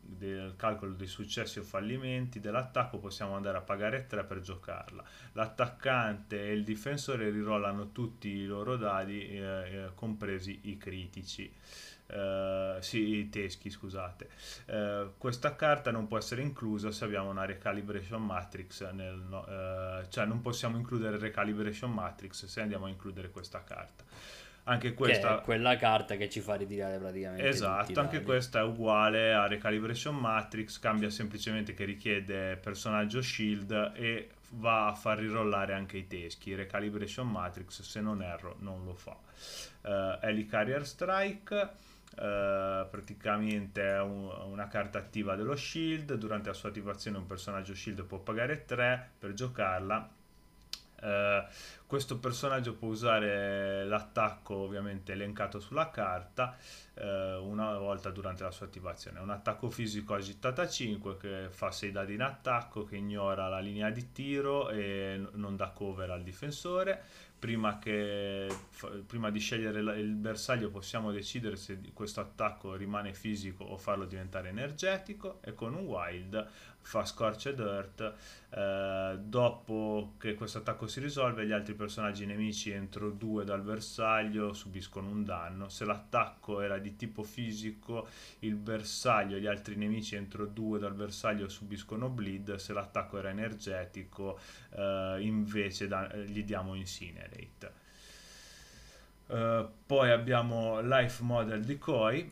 del calcolo dei successi o fallimenti dell'attacco possiamo andare a pagare tre per giocarla. L'attaccante e il difensore rirollano tutti i loro dadi, eh, eh, compresi i critici. Uh, sì, i teschi, scusate. Uh, questa carta non può essere inclusa se abbiamo una recalibration matrix nel, no, uh, cioè non possiamo includere recalibration matrix se andiamo a includere questa carta. Anche Che è questa, quella carta che ci fa ritirare praticamente tutti i esatto, anche dadi. questa è uguale a recalibration matrix, cambia semplicemente che richiede personaggio shield e va a far rirollare anche i teschi. Recalibration matrix, se non erro, non lo fa. Uh, Helicarrier Strike. Uh, praticamente è un, una carta attiva dello shield. Durante la sua attivazione un personaggio shield può pagare tre per giocarla. Uh, questo personaggio può usare l'attacco ovviamente elencato sulla carta uh, una volta durante la sua attivazione. È un attacco fisico agitata cinque che fa sei dadi in attacco, che ignora la linea di tiro e n- non dà cover al difensore. Prima, che, prima di scegliere il bersaglio possiamo decidere se questo attacco rimane fisico o farlo diventare energetico, e con un wild fa Scorched Earth. Eh, dopo che questo attacco si risolve, gli altri personaggi nemici entro due dal bersaglio subiscono un danno. Se l'attacco era di tipo fisico, il bersaglio e gli altri nemici entro due dal bersaglio subiscono bleed. Se l'attacco era energetico, eh, invece da, gli diamo Incinerate. Uh, poi abbiamo Life Model Decoy,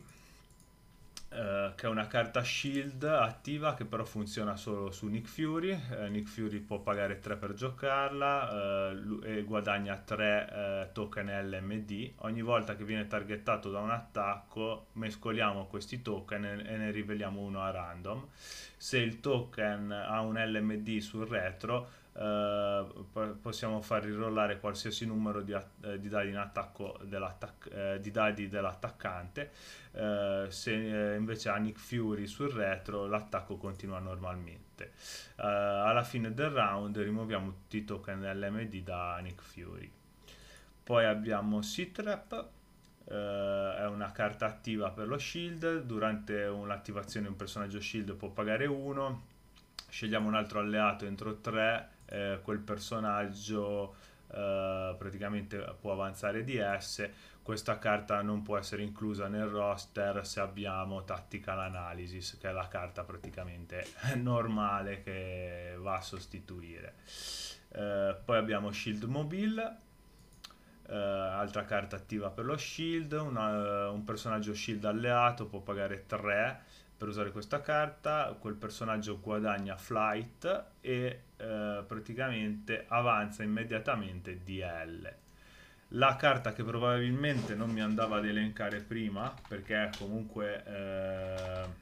uh, che è una carta shield attiva che però funziona solo su Nick Fury. Uh, Nick Fury può pagare tre per giocarla uh, e guadagna tre uh, token L M D. Ogni volta che viene targettato da un attacco mescoliamo questi token e, e ne riveliamo uno a random. Se il token ha un L M D sul retro, Uh, possiamo far rirollare qualsiasi numero di, uh, di dadi in attacco dell'attac- uh, di dadi dell'attaccante. Uh, se uh, invece ha Nick Fury sul retro, l'attacco continua normalmente. Uh, alla fine del round rimuoviamo tutti i token L M D da Nick Fury. Poi abbiamo Sea-Trap. Uh, è una carta attiva per lo shield. Durante l'attivazione un personaggio shield può pagare uno. Scegliamo un altro alleato entro tre, eh, quel personaggio eh, praticamente può avanzare di S. Questa carta non può essere inclusa nel roster se abbiamo Tactical Analysis, che è la carta praticamente normale che va a sostituire. Eh, poi abbiamo Shield Mobile. Uh, altra carta attiva per lo shield. Una, un personaggio shield alleato può pagare tre per usare questa carta. Quel personaggio guadagna flight e uh, praticamente avanza immediatamente D L. La carta che probabilmente non mi andava ad elencare prima, perché comunque uh,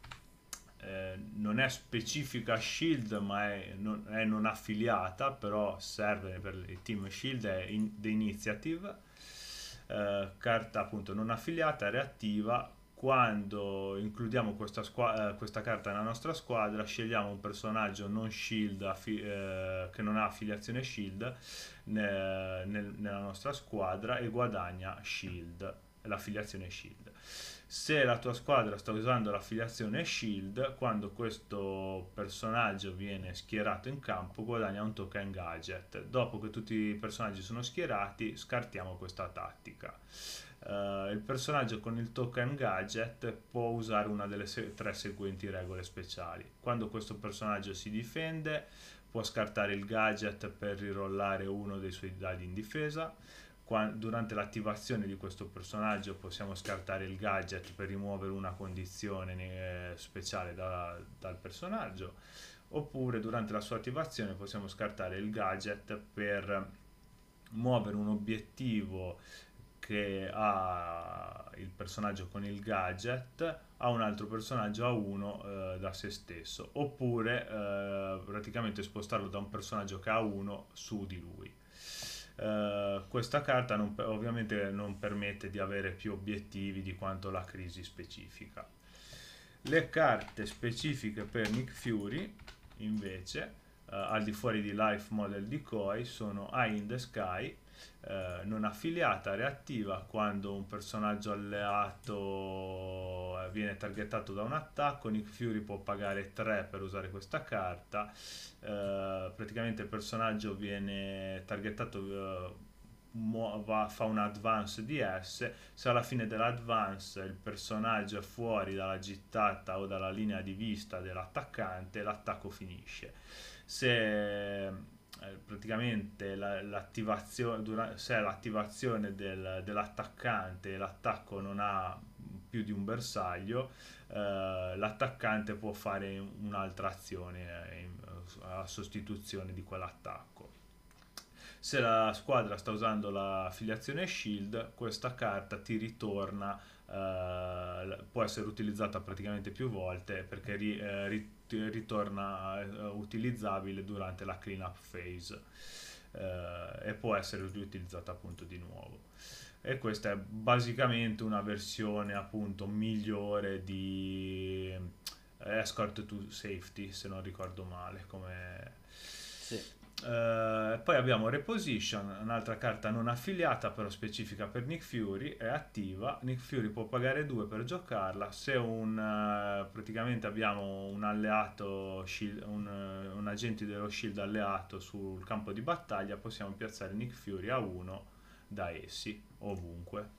Eh, non è specifica Shield, ma è non, è non affiliata, però serve per il team Shield, è in, The Initiative. Eh, carta appunto non affiliata, reattiva. Quando includiamo questa, squa- eh, questa carta nella nostra squadra, scegliamo un personaggio non Shield affi- eh, che non ha affiliazione Shield ne- nel- nella nostra squadra e guadagna Shield, l'affiliazione Shield. Se la tua squadra sta usando l'affiliazione Shield, quando questo personaggio viene schierato in campo guadagna un token gadget. Dopo che tutti i personaggi sono schierati, scartiamo questa tattica. Uh, il personaggio con il token gadget può usare una delle se- tre seguenti regole speciali. Quando questo personaggio si difende, può scartare il gadget per rirollare uno dei suoi dadi in difesa. Durante l'attivazione di questo personaggio possiamo scartare il gadget per rimuovere una condizione speciale da, dal personaggio, oppure durante la sua attivazione possiamo scartare il gadget per muovere un obiettivo che ha il personaggio con il gadget a un altro personaggio a uno eh, da se stesso, oppure eh, praticamente spostarlo da un personaggio che ha uno su di lui. Uh, questa carta non, ovviamente non permette di avere più obiettivi di quanto la crisi specifica. Le carte specifiche per Nick Fury invece eh, al di fuori di Life Model Decoy sono Eye in the Sky, eh, non affiliata, reattiva quando un personaggio alleato eh, viene targetato da un attacco. Nick Fury può pagare tre per usare questa carta. Eh, praticamente il personaggio viene targetato, eh, mu- va- fa un advance di S. Se alla fine dell'advance il personaggio è fuori dalla gittata o dalla linea di vista dell'attaccante, l'attacco finisce. Se eh, praticamente la- l'attivazione, dura- se l'attivazione del- dell'attaccante e l'attacco non ha più di un bersaglio, eh, l'attaccante può fare un'altra azione eh, in- a sostituzione di quell'attacco. Se la squadra sta usando l'affiliazione Shield, questa carta ti ritorna, eh, può essere utilizzata praticamente più volte perché ri- eh, ri- ritorna eh, utilizzabile durante la cleanup phase, eh, e può essere riutilizzata appunto di nuovo. E questa è basicamente una versione appunto migliore di Escort to Safety, se non ricordo male come. Sì. Eh, poi abbiamo Reposition, un'altra carta non affiliata però specifica per Nick Fury, è attiva. Nick Fury può pagare due per giocarla. Se un, eh, praticamente abbiamo un alleato, shield, un, eh, un agente dello Shield alleato sul campo di battaglia, possiamo piazzare Nick Fury a uno da essi, ovunque.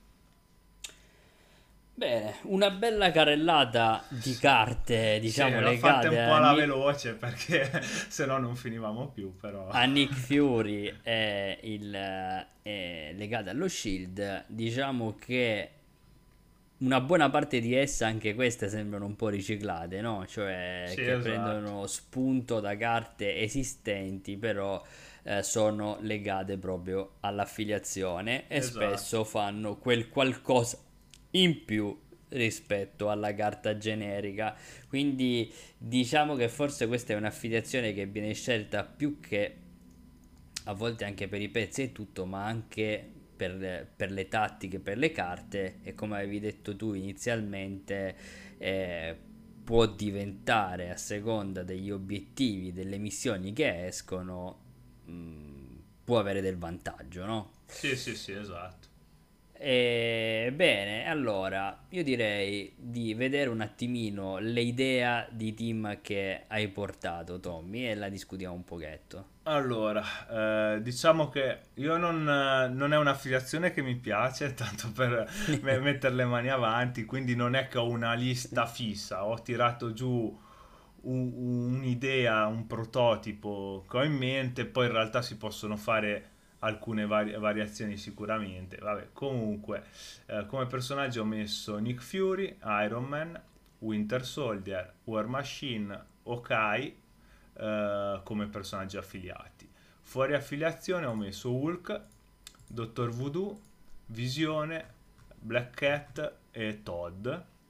Bene, una bella carrellata di carte, Sì, diciamo, l'ho fatta legate un po' a, alla Ni- veloce perché se no non finivamo più, però. a Nick Fury e il, eh, legate allo Shield. Diciamo che una buona parte di esse, anche queste, sembrano un po' riciclate, no? Cioè Sì, che esatto. prendono spunto da carte esistenti, però eh, sono legate proprio all'affiliazione e Esatto. spesso fanno quel qualcosa in più rispetto alla carta generica. Quindi diciamo che forse questa è un'affiliazione che viene scelta più che a volte anche per i pezzi e tutto, ma anche per, per le tattiche, per le carte, e come avevi detto tu inizialmente, eh, può diventare a seconda degli obiettivi, delle missioni che escono, mh, può avere del vantaggio, no? Sì, sì, sì, esatto. E, bene, allora io direi di vedere un attimino l'idea di team che hai portato, Tommy, e la discutiamo un pochetto. Allora, eh, diciamo che io non, eh, non è un'affiliazione che mi piace, tanto per me- mettere le mani avanti, quindi non è che ho una lista fissa, ho tirato giù un- un'idea, un prototipo che ho in mente, poi in realtà si possono fare alcune vari- variazioni sicuramente. Vabbè, comunque, eh, come personaggio ho messo Nick Fury, Iron Man, Winter Soldier, War Machine, Hawkeye, eh, come personaggi affiliati. Fuori affiliazione ho messo Hulk, Dottor Voodoo, Visione, Black Cat e Todd.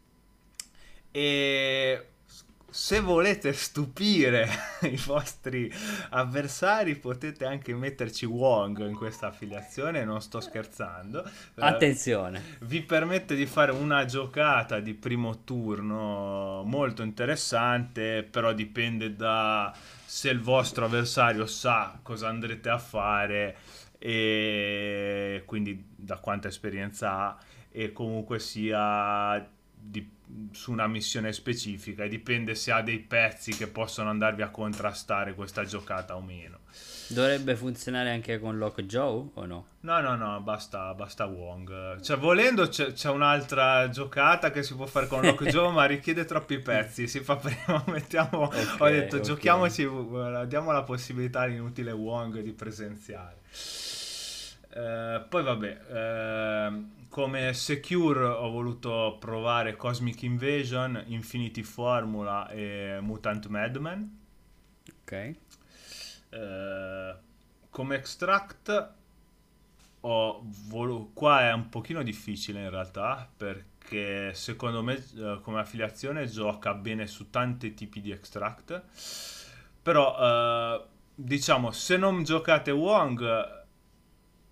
E se volete stupire i vostri avversari potete anche metterci Wong in questa affiliazione, non sto scherzando. Eh, Attenzione. vi permette di fare una giocata di primo turno molto interessante, però dipende da se il vostro avversario sa cosa andrete a fare e quindi da quanta esperienza ha, e comunque sia di- su una missione specifica, e dipende se ha dei pezzi che possono andarvi a contrastare questa giocata o meno. Dovrebbe funzionare anche con Lockjaw o no? No, no, no, basta, basta Wong. Cioè, volendo c'è, c'è un'altra giocata che si può fare con Lockjaw, ma richiede troppi pezzi. Si fa prima, mettiamo. Ok, Ho detto, ok. giochiamoci, eh, diamo la possibilità all'inutile Wong di presenziare. Eh, poi vabbè, ehm, come Secure ho voluto provare Cosmic Invasion, Infinity Formula e Mutant Madman. Ok. Eh, come Extract ho volu- qua è un pochino difficile in realtà perché secondo me eh, come affiliazione gioca bene su tanti tipi di Extract, però eh, diciamo se non giocate Wong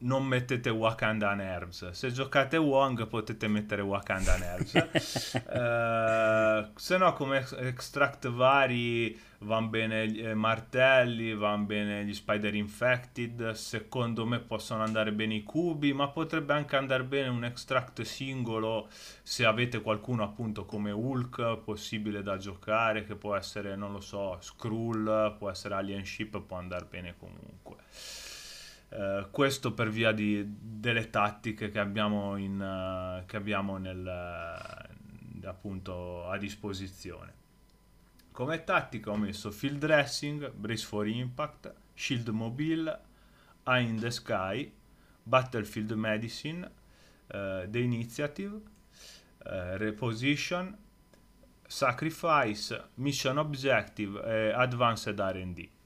non mettete Wakanda Nerves. Se giocate Wong potete mettere Wakanda Nerves. Eh, se no, come ex- extract vari van bene gli eh, martelli, van bene gli Spider Infected. Secondo me possono andare bene i cubi, ma potrebbe anche andare bene un extract singolo se avete qualcuno appunto come Hulk possibile da giocare, che può essere, non lo so, Skrull, può essere Alien Ship, può andare bene comunque. Eh, questo per via di, delle tattiche che abbiamo, in, eh, che abbiamo nel, eh, appunto a disposizione. Come tattica ho messo Field Dressing, Brace for Impact, Shield Mobile, Eye in the Sky, Battlefield Medicine, eh, The Initiative, eh, Reposition, Sacrifice, Mission Objective e Advanced R and D.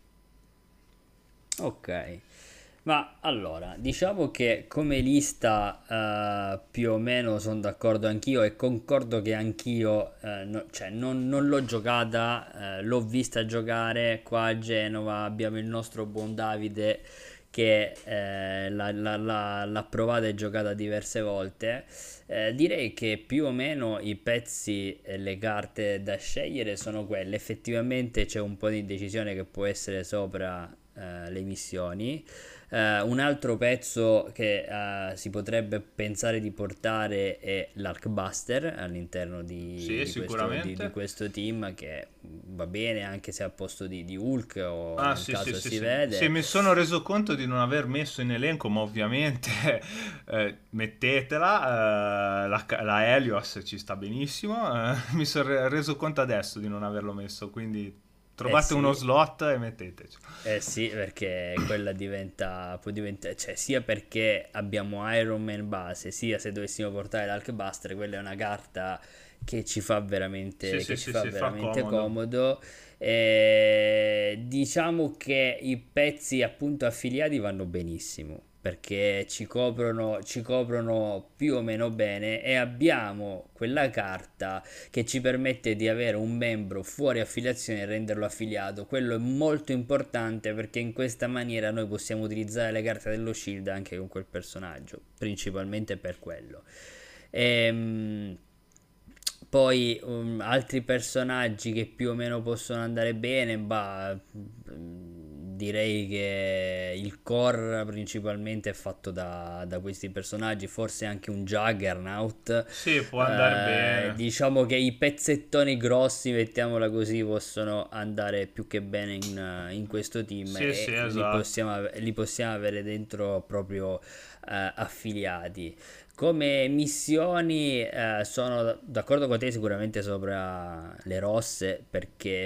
Ok, ma allora, diciamo che come lista eh, più o meno sono d'accordo anch'io e concordo che anch'io, eh, no- cioè non, non l'ho giocata, eh, l'ho vista giocare qua a Genova, abbiamo il nostro buon Davide che eh, l'ha l'ha- l'ha- l'ha provata e giocata diverse volte. Eh, direi che più o meno i pezzi e le carte da scegliere sono quelle. Effettivamente c'è un po' di indecisione che può essere sopra eh, le missioni. Eh, un altro pezzo che eh, si potrebbe pensare di portare è l'Arcbuster all'interno di, Sì, di questo, di- di sicuramente. questo team che va bene anche se a posto di, di Hulk o Ah, nel sì, sì, caso sì, si sì. Sì, vede. mi sono reso conto di non aver messo in elenco, ma ovviamente eh, mettetela. eh, la, ca- la Helios ci sta benissimo. eh, mi sono re- reso conto adesso di non averlo messo, quindi Eh trovate uno sì, slot e metteteci. eh sì, perché quella diventa, può diventare, cioè sia perché abbiamo Iron Man base, sia se dovessimo portare l'Hulkbuster, quella è una carta che ci fa Sì, veramente, sì, che ci sì, fa sì, fa veramente comodo. comodo. E diciamo che i pezzi appunto affiliati vanno benissimo perché ci coprono, ci coprono più o meno bene e abbiamo quella carta che ci permette di avere un membro fuori affiliazione e renderlo affiliato. Quello è molto importante perché in questa maniera noi possiamo utilizzare le carte dello Shield anche con quel personaggio, principalmente per quello. Ehm, Poi um, altri personaggi che più o meno possono andare bene, bah, mm, direi che il core principalmente è fatto da, da questi personaggi, forse anche un Juggernaut. Sì, può andare Eh, bene. diciamo che i pezzettoni grossi, mettiamola così, possono andare più che bene in, in questo team Sì, sì, e li esatto. possiamo, ave- li possiamo avere dentro proprio eh, affiliati. Come missioni eh, sono d'accordo con te sicuramente sopra le rosse perché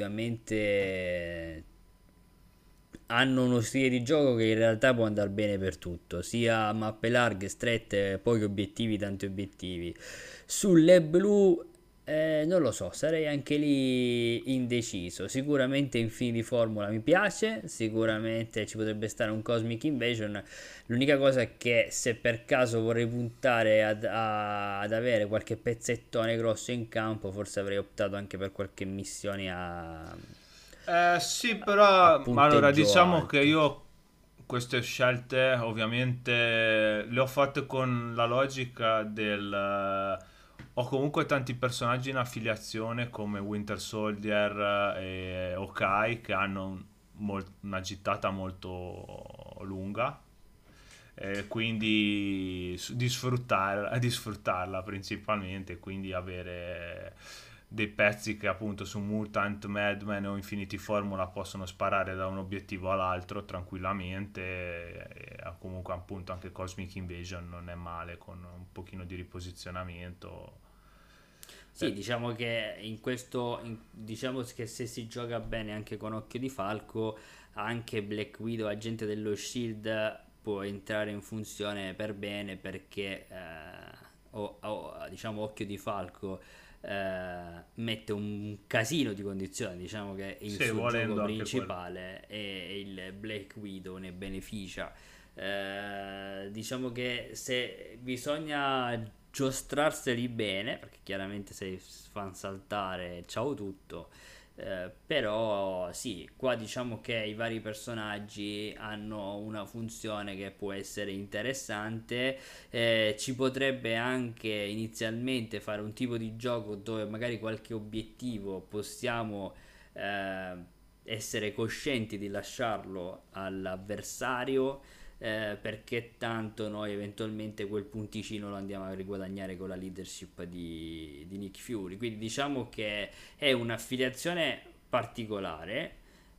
effettivamente hanno uno stile di gioco che in realtà può andare bene per tutto, sia mappe larghe, strette, pochi obiettivi, tanti obiettivi. Sulle blu, eh, non lo so, sarei anche lì indeciso. Sicuramente Infinity Formula mi piace, sicuramente ci potrebbe stare un Cosmic Invasion. L'unica cosa è che se per caso vorrei puntare ad, a- ad avere qualche pezzettone grosso in campo, forse avrei optato anche per qualche missione a, Eh, sì, a però allora punteggio diciamo che alto. io queste scelte ovviamente le ho fatte con la logica del... eh, ho comunque tanti personaggi in affiliazione come Winter Soldier eh, e Hawkeye che hanno un- mol- una gittata molto lunga eh, quindi s- di, sfruttar- di sfruttarla principalmente, quindi avere dei pezzi che appunto su Mutant, Madman o Infinity Formula possono sparare da un obiettivo all'altro tranquillamente e, e comunque appunto anche Cosmic Invasion non è male con un pochino di riposizionamento. Sì, Eh, diciamo che in questo, in- diciamo che se si gioca bene anche con Occhio di Falco, anche Black Widow, agente dello Shield, può entrare in funzione per bene perché, eh, o- o- diciamo, Occhio di Falco eh, mette un casino di condizioni, diciamo che il sì, suo gioco volendo anche quello. principale e il Black Widow ne beneficia. Eh, diciamo che se bisogna giostrarseli bene, perché chiaramente se fanno saltare ciao tutto, Eh, però sì, qua diciamo che i vari personaggi hanno una funzione che può essere interessante. Eh, ci potrebbe anche inizialmente fare un tipo di gioco dove magari qualche obiettivo possiamo eh, essere coscienti di lasciarlo all'avversario, eh, perché tanto noi eventualmente quel punticino lo andiamo a riguadagnare con la leadership di, di Nick Fury. Quindi diciamo che è un'affiliazione particolare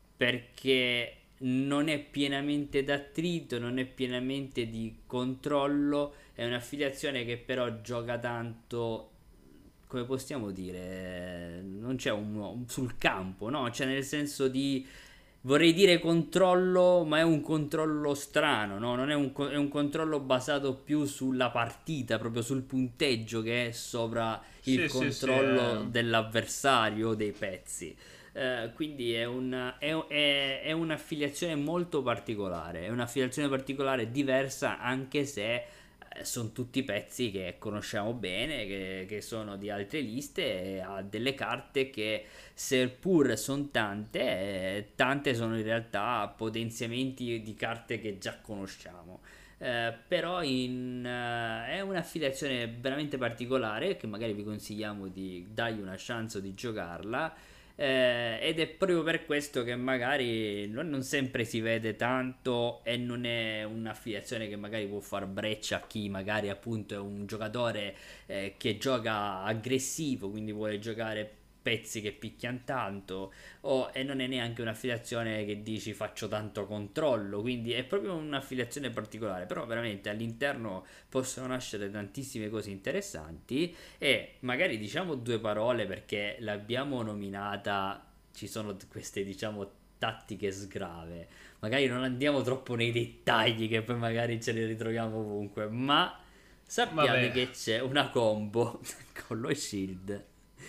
perché non è pienamente d'attrito, non è pienamente di controllo, è un'affiliazione che però gioca tanto, come possiamo dire, non c'è un, un- sul campo, no? Cioè nel senso di, vorrei dire controllo, ma è un controllo strano, no? Non è un, co- è un controllo basato più sulla partita, proprio sul punteggio che è sopra il Sì, sì, sì, controllo eh, dell'avversario dei pezzi. Eh, quindi è, un, è, è- è un'affiliazione molto particolare, è un'affiliazione particolare diversa anche se sono tutti pezzi che conosciamo bene, che, che sono di altre liste e ha delle carte che seppur sono tante, eh, tante sono in realtà potenziamenti di carte che già conosciamo. Eh, però in, eh, è un'affiliazione veramente particolare che magari vi consigliamo di dargli una chance di giocarla, eh, ed è proprio per questo che magari non, non sempre si vede tanto e non è un'affiliazione che magari può far breccia a chi magari appunto è un giocatore eh, che gioca aggressivo, quindi vuole giocare pezzi che picchiano tanto, o, e non è neanche un'affiliazione che dici faccio tanto controllo, quindi è proprio un'affiliazione particolare, però veramente all'interno possono nascere tantissime cose interessanti. E magari diciamo due parole perché l'abbiamo nominata, ci sono queste diciamo tattiche sgrave. Magari non andiamo troppo nei dettagli che poi magari ce li ritroviamo ovunque, ma sappiate vabbè. che c'è una combo con lo shield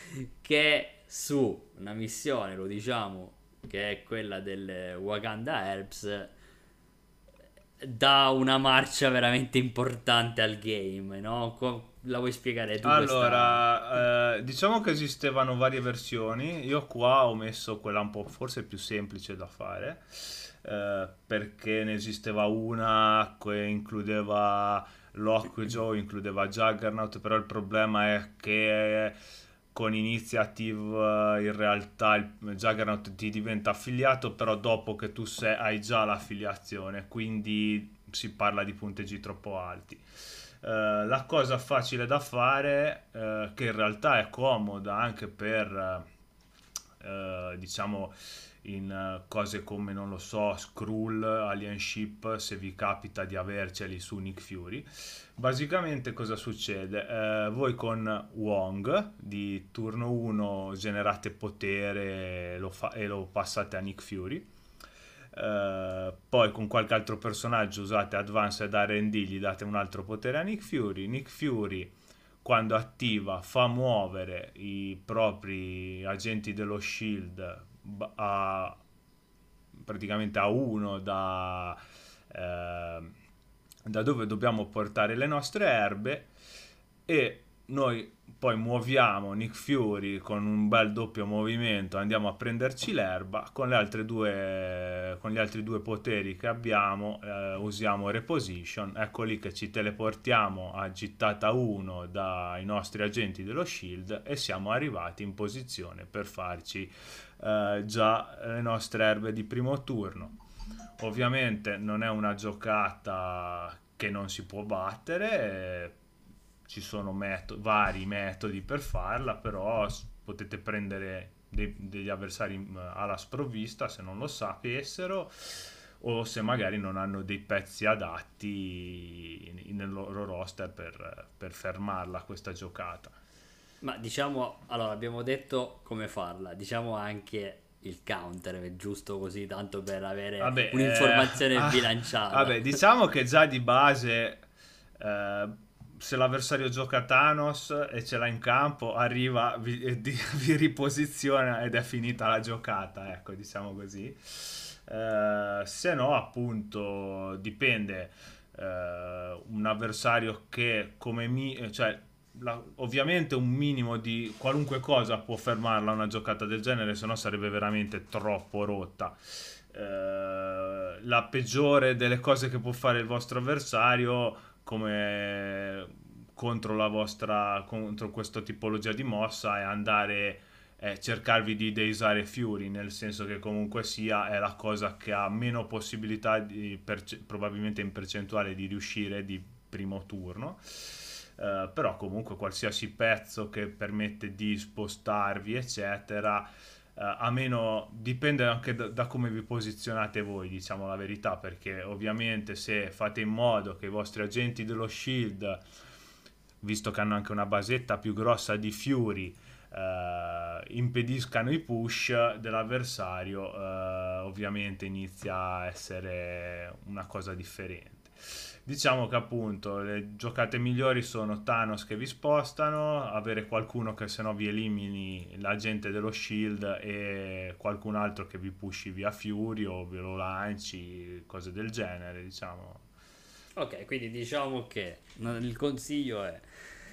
che su una missione, lo diciamo, che è quella delle Wakanda Herbs, dà una marcia veramente importante al game, no? Co- La vuoi spiegare tu questa? Allora, eh, diciamo che esistevano varie versioni. Io qua ho messo quella un po' forse più semplice da fare, eh, perché ne esisteva una che includeva Lockjaw, includeva Juggernaut, però il problema è che con Initiative eh, in realtà il Juggernaut ti diventa affiliato, però dopo che tu sei, hai già l'affiliazione, quindi si parla di punteggi troppo alti. Eh, la cosa facile da fare, eh, che in realtà è comoda anche per, eh, diciamo, in eh, cose come, non lo so, Skrull, Alien Ship, se vi capita di averceli su Nick Fury. Basicamente cosa succede? Eh, voi con Wong di turno uno generate potere lo fa- e lo passate a Nick Fury. Eh, poi con qualche altro personaggio usate Advanced R and D, gli date un altro potere a Nick Fury. Nick Fury quando attiva fa muovere i propri agenti dello Shield a, praticamente a uno da, eh, da dove dobbiamo portare le nostre erbe, e noi poi muoviamo Nick Fury con un bel doppio movimento, andiamo a prenderci l'erba con le altre due, con gli altri due poteri che abbiamo, eh, usiamo reposition, ecco lì che ci teleportiamo a gittata uno dai nostri agenti dello shield e siamo arrivati in posizione per farci eh, già le nostre erbe di primo turno. Ovviamente non è una giocata che non si può battere, eh, ci sono meto- vari metodi per farla, però s- potete prendere dei- degli avversari mh, alla sprovvista se non lo sapessero, o se magari non hanno dei pezzi adatti in- nel loro roster per, per fermarla questa giocata. Ma diciamo, allora abbiamo detto come farla, diciamo anche il counter, è giusto così, tanto per avere Vabbè, eh, un'informazione ah, bilanciata. vabbè, diciamo che già di base, eh, se l'avversario gioca Thanos e ce l'ha in campo, arriva, vi, e di- vi riposiziona ed è finita la giocata, ecco, diciamo così. Eh, se no, appunto, dipende. Eh, un avversario che come mi, cioè la- ovviamente un minimo di qualunque cosa può fermarla una giocata del genere, se no sarebbe veramente troppo rotta. Eh, la peggiore delle cose che può fare il vostro avversario come contro la vostra contro questa tipologia di mossa è andare eh, cercarvi di deisare Fury, nel senso che comunque sia è la cosa che ha meno possibilità di, perce- probabilmente in percentuale di riuscire di primo turno. Eh, però comunque qualsiasi pezzo che permette di spostarvi eccetera, eh, a meno dipende anche da, da come vi posizionate voi, diciamo la verità, perché ovviamente se fate in modo che i vostri agenti dello shield, visto che hanno anche una basetta più grossa di Fury, eh, impediscano i push dell'avversario, eh, ovviamente inizia a essere una cosa differente. Diciamo che appunto le giocate migliori sono Thanos che vi spostano, avere qualcuno che se no vi elimini l'agente dello shield e qualcun altro che vi pushi via Fury o ve lo lanci, cose del genere, diciamo. Ok, quindi diciamo che no, il consiglio è: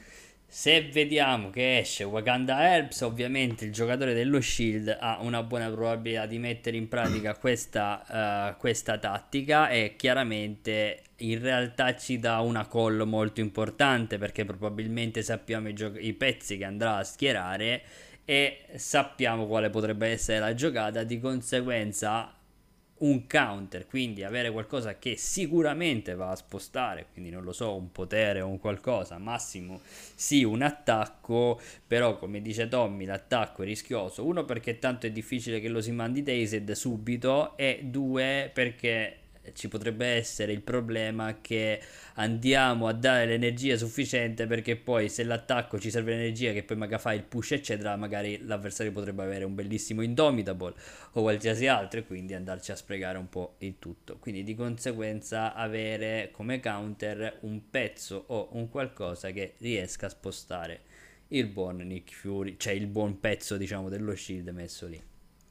se vediamo che esce Wakanda Herbs, ovviamente il giocatore dello Shield ha una buona probabilità di mettere in pratica questa, eh, questa tattica, e chiaramente in realtà ci dà una call molto importante, perché probabilmente sappiamo i, gio- i pezzi che andrà a schierare e sappiamo quale potrebbe essere la giocata. Di conseguenza un counter, quindi avere qualcosa che sicuramente va a spostare, quindi non lo so, un potere o un qualcosa, massimo sì un attacco, però come dice Tommy l'attacco è rischioso, uno perché tanto è difficile che lo si mandi dazed subito, e due perché ci potrebbe essere il problema che andiamo a dare l'energia sufficiente, perché poi se l'attacco ci serve l'energia che poi magari fa il push eccetera, magari l'avversario potrebbe avere un bellissimo Indomitable o qualsiasi altro, e quindi andarci a sprecare un po' il tutto. Quindi di conseguenza avere come counter un pezzo o un qualcosa che riesca a spostare il buon Nick Fury, cioè il buon pezzo diciamo dello shield messo lì.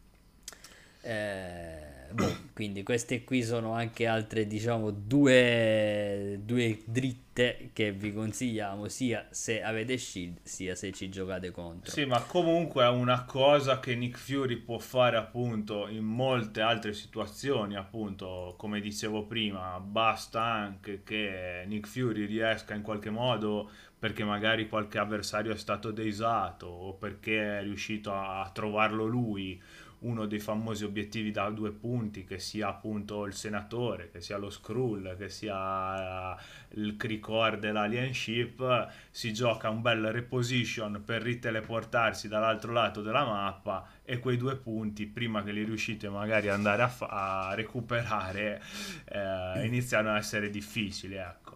Eh, boh, quindi queste qui sono anche altre, diciamo, due, due dritte che vi consigliamo, sia se avete Shield, sia se ci giocate contro. Sì, ma comunque è una cosa che Nick Fury può fare appunto in molte altre situazioni, appunto, come dicevo prima, basta anche che Nick Fury riesca in qualche modo, perché magari qualche avversario è stato deisato o perché è riuscito a trovarlo lui, uno dei famosi obiettivi da due punti, che sia appunto il senatore, che sia lo Skrull, che sia eh, il Krikor dell'Alien Ship, si gioca un bel reposition per riteleportarsi dall'altro lato della mappa, e quei due punti, prima che li riuscite magari ad andare a, fa- a recuperare, eh, iniziano a essere difficili, ecco.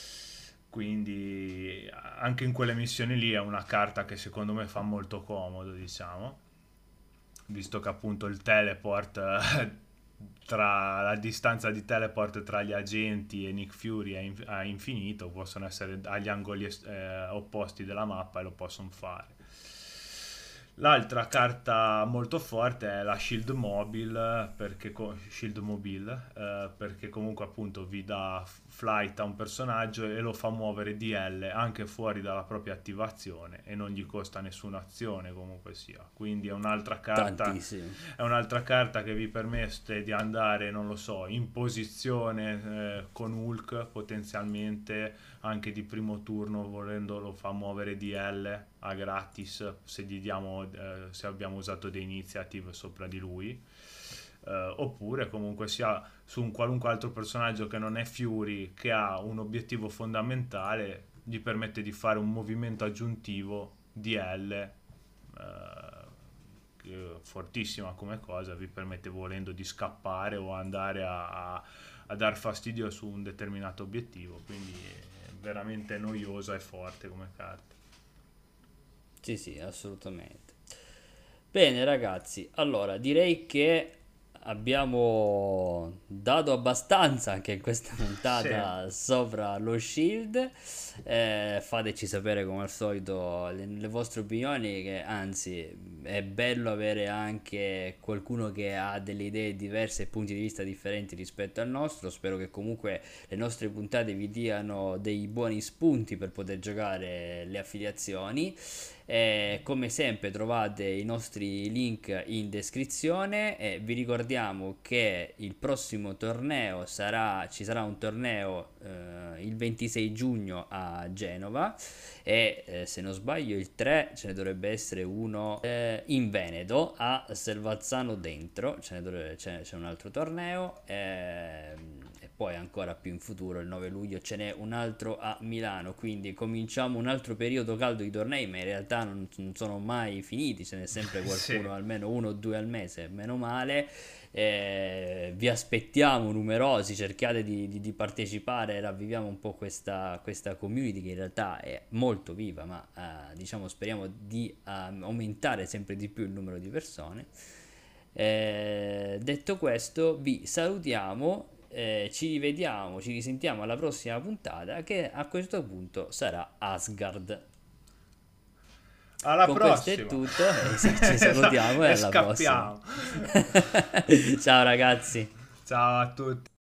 Quindi anche in quelle missioni lì è una carta che secondo me fa molto comodo, diciamo, visto che appunto il teleport, eh, tra la distanza di teleport tra gli agenti e Nick Fury è, in- è infinito, possono essere agli angoli est- eh, opposti della mappa e lo possono fare. L'altra carta molto forte è la Shield Mobile, perché, co- Shield Mobile, eh, perché comunque appunto vi dà f- flight a un personaggio e lo fa muovere D L anche fuori dalla propria attivazione e non gli costa nessuna azione comunque sia. Quindi è un'altra carta, Tantissimo. è un'altra carta che vi permette di andare, non lo so, in posizione eh, con Hulk potenzialmente anche di primo turno, volendo lo fa muovere D L a gratis se gli diamo eh, se abbiamo usato dei initiative sopra di lui, eh, oppure comunque sia su un qualunque altro personaggio che non è Fury, che ha un obiettivo fondamentale, gli permette di fare un movimento aggiuntivo D L, eh, che è fortissima come cosa, vi permette volendo di scappare o andare a, a, a dar fastidio su un determinato obiettivo, quindi è veramente noiosa e forte come carta. Sì, sì, assolutamente. Bene ragazzi, allora direi che abbiamo dato abbastanza anche in questa Sì, puntata sopra lo Shield. Eh, fateci sapere come al solito le, le vostre opinioni, che anzi è bello avere anche qualcuno che ha delle idee diverse e punti di vista differenti rispetto al nostro. Spero che comunque le nostre puntate vi diano dei buoni spunti per poter giocare le affiliazioni. Eh, come sempre trovate i nostri link in descrizione e vi ricordiamo che il prossimo torneo sarà, ci sarà un torneo eh, il ventisei giugno a Genova e eh, se non sbaglio il tre ce ne dovrebbe essere uno eh, in Veneto a Selvazzano dentro, ce ne dovrebbe- c'è, c'è un altro torneo ehm, e poi ancora più in futuro il nove luglio ce n'è un altro a Milano, quindi cominciamo un altro periodo caldo di tornei, ma in realtà non, non sono mai finiti, ce n'è sempre sì. qualcuno, almeno uno o due al mese, meno male. Eh, vi aspettiamo numerosi, cerchiate di, di- di partecipare, ravviviamo un po' questa, questa community che in realtà è molto viva, ma eh, diciamo speriamo di eh, aumentare sempre di più il numero di persone. Eh, detto questo, vi salutiamo, eh, ci rivediamo, ci risentiamo alla prossima puntata che a questo punto sarà Asgard. Alla Con questo è prossima. tutto, e sì, ci Esa- salutiamo e e alla prossima. scappiamo. Ciao ragazzi. Ciao a tutti.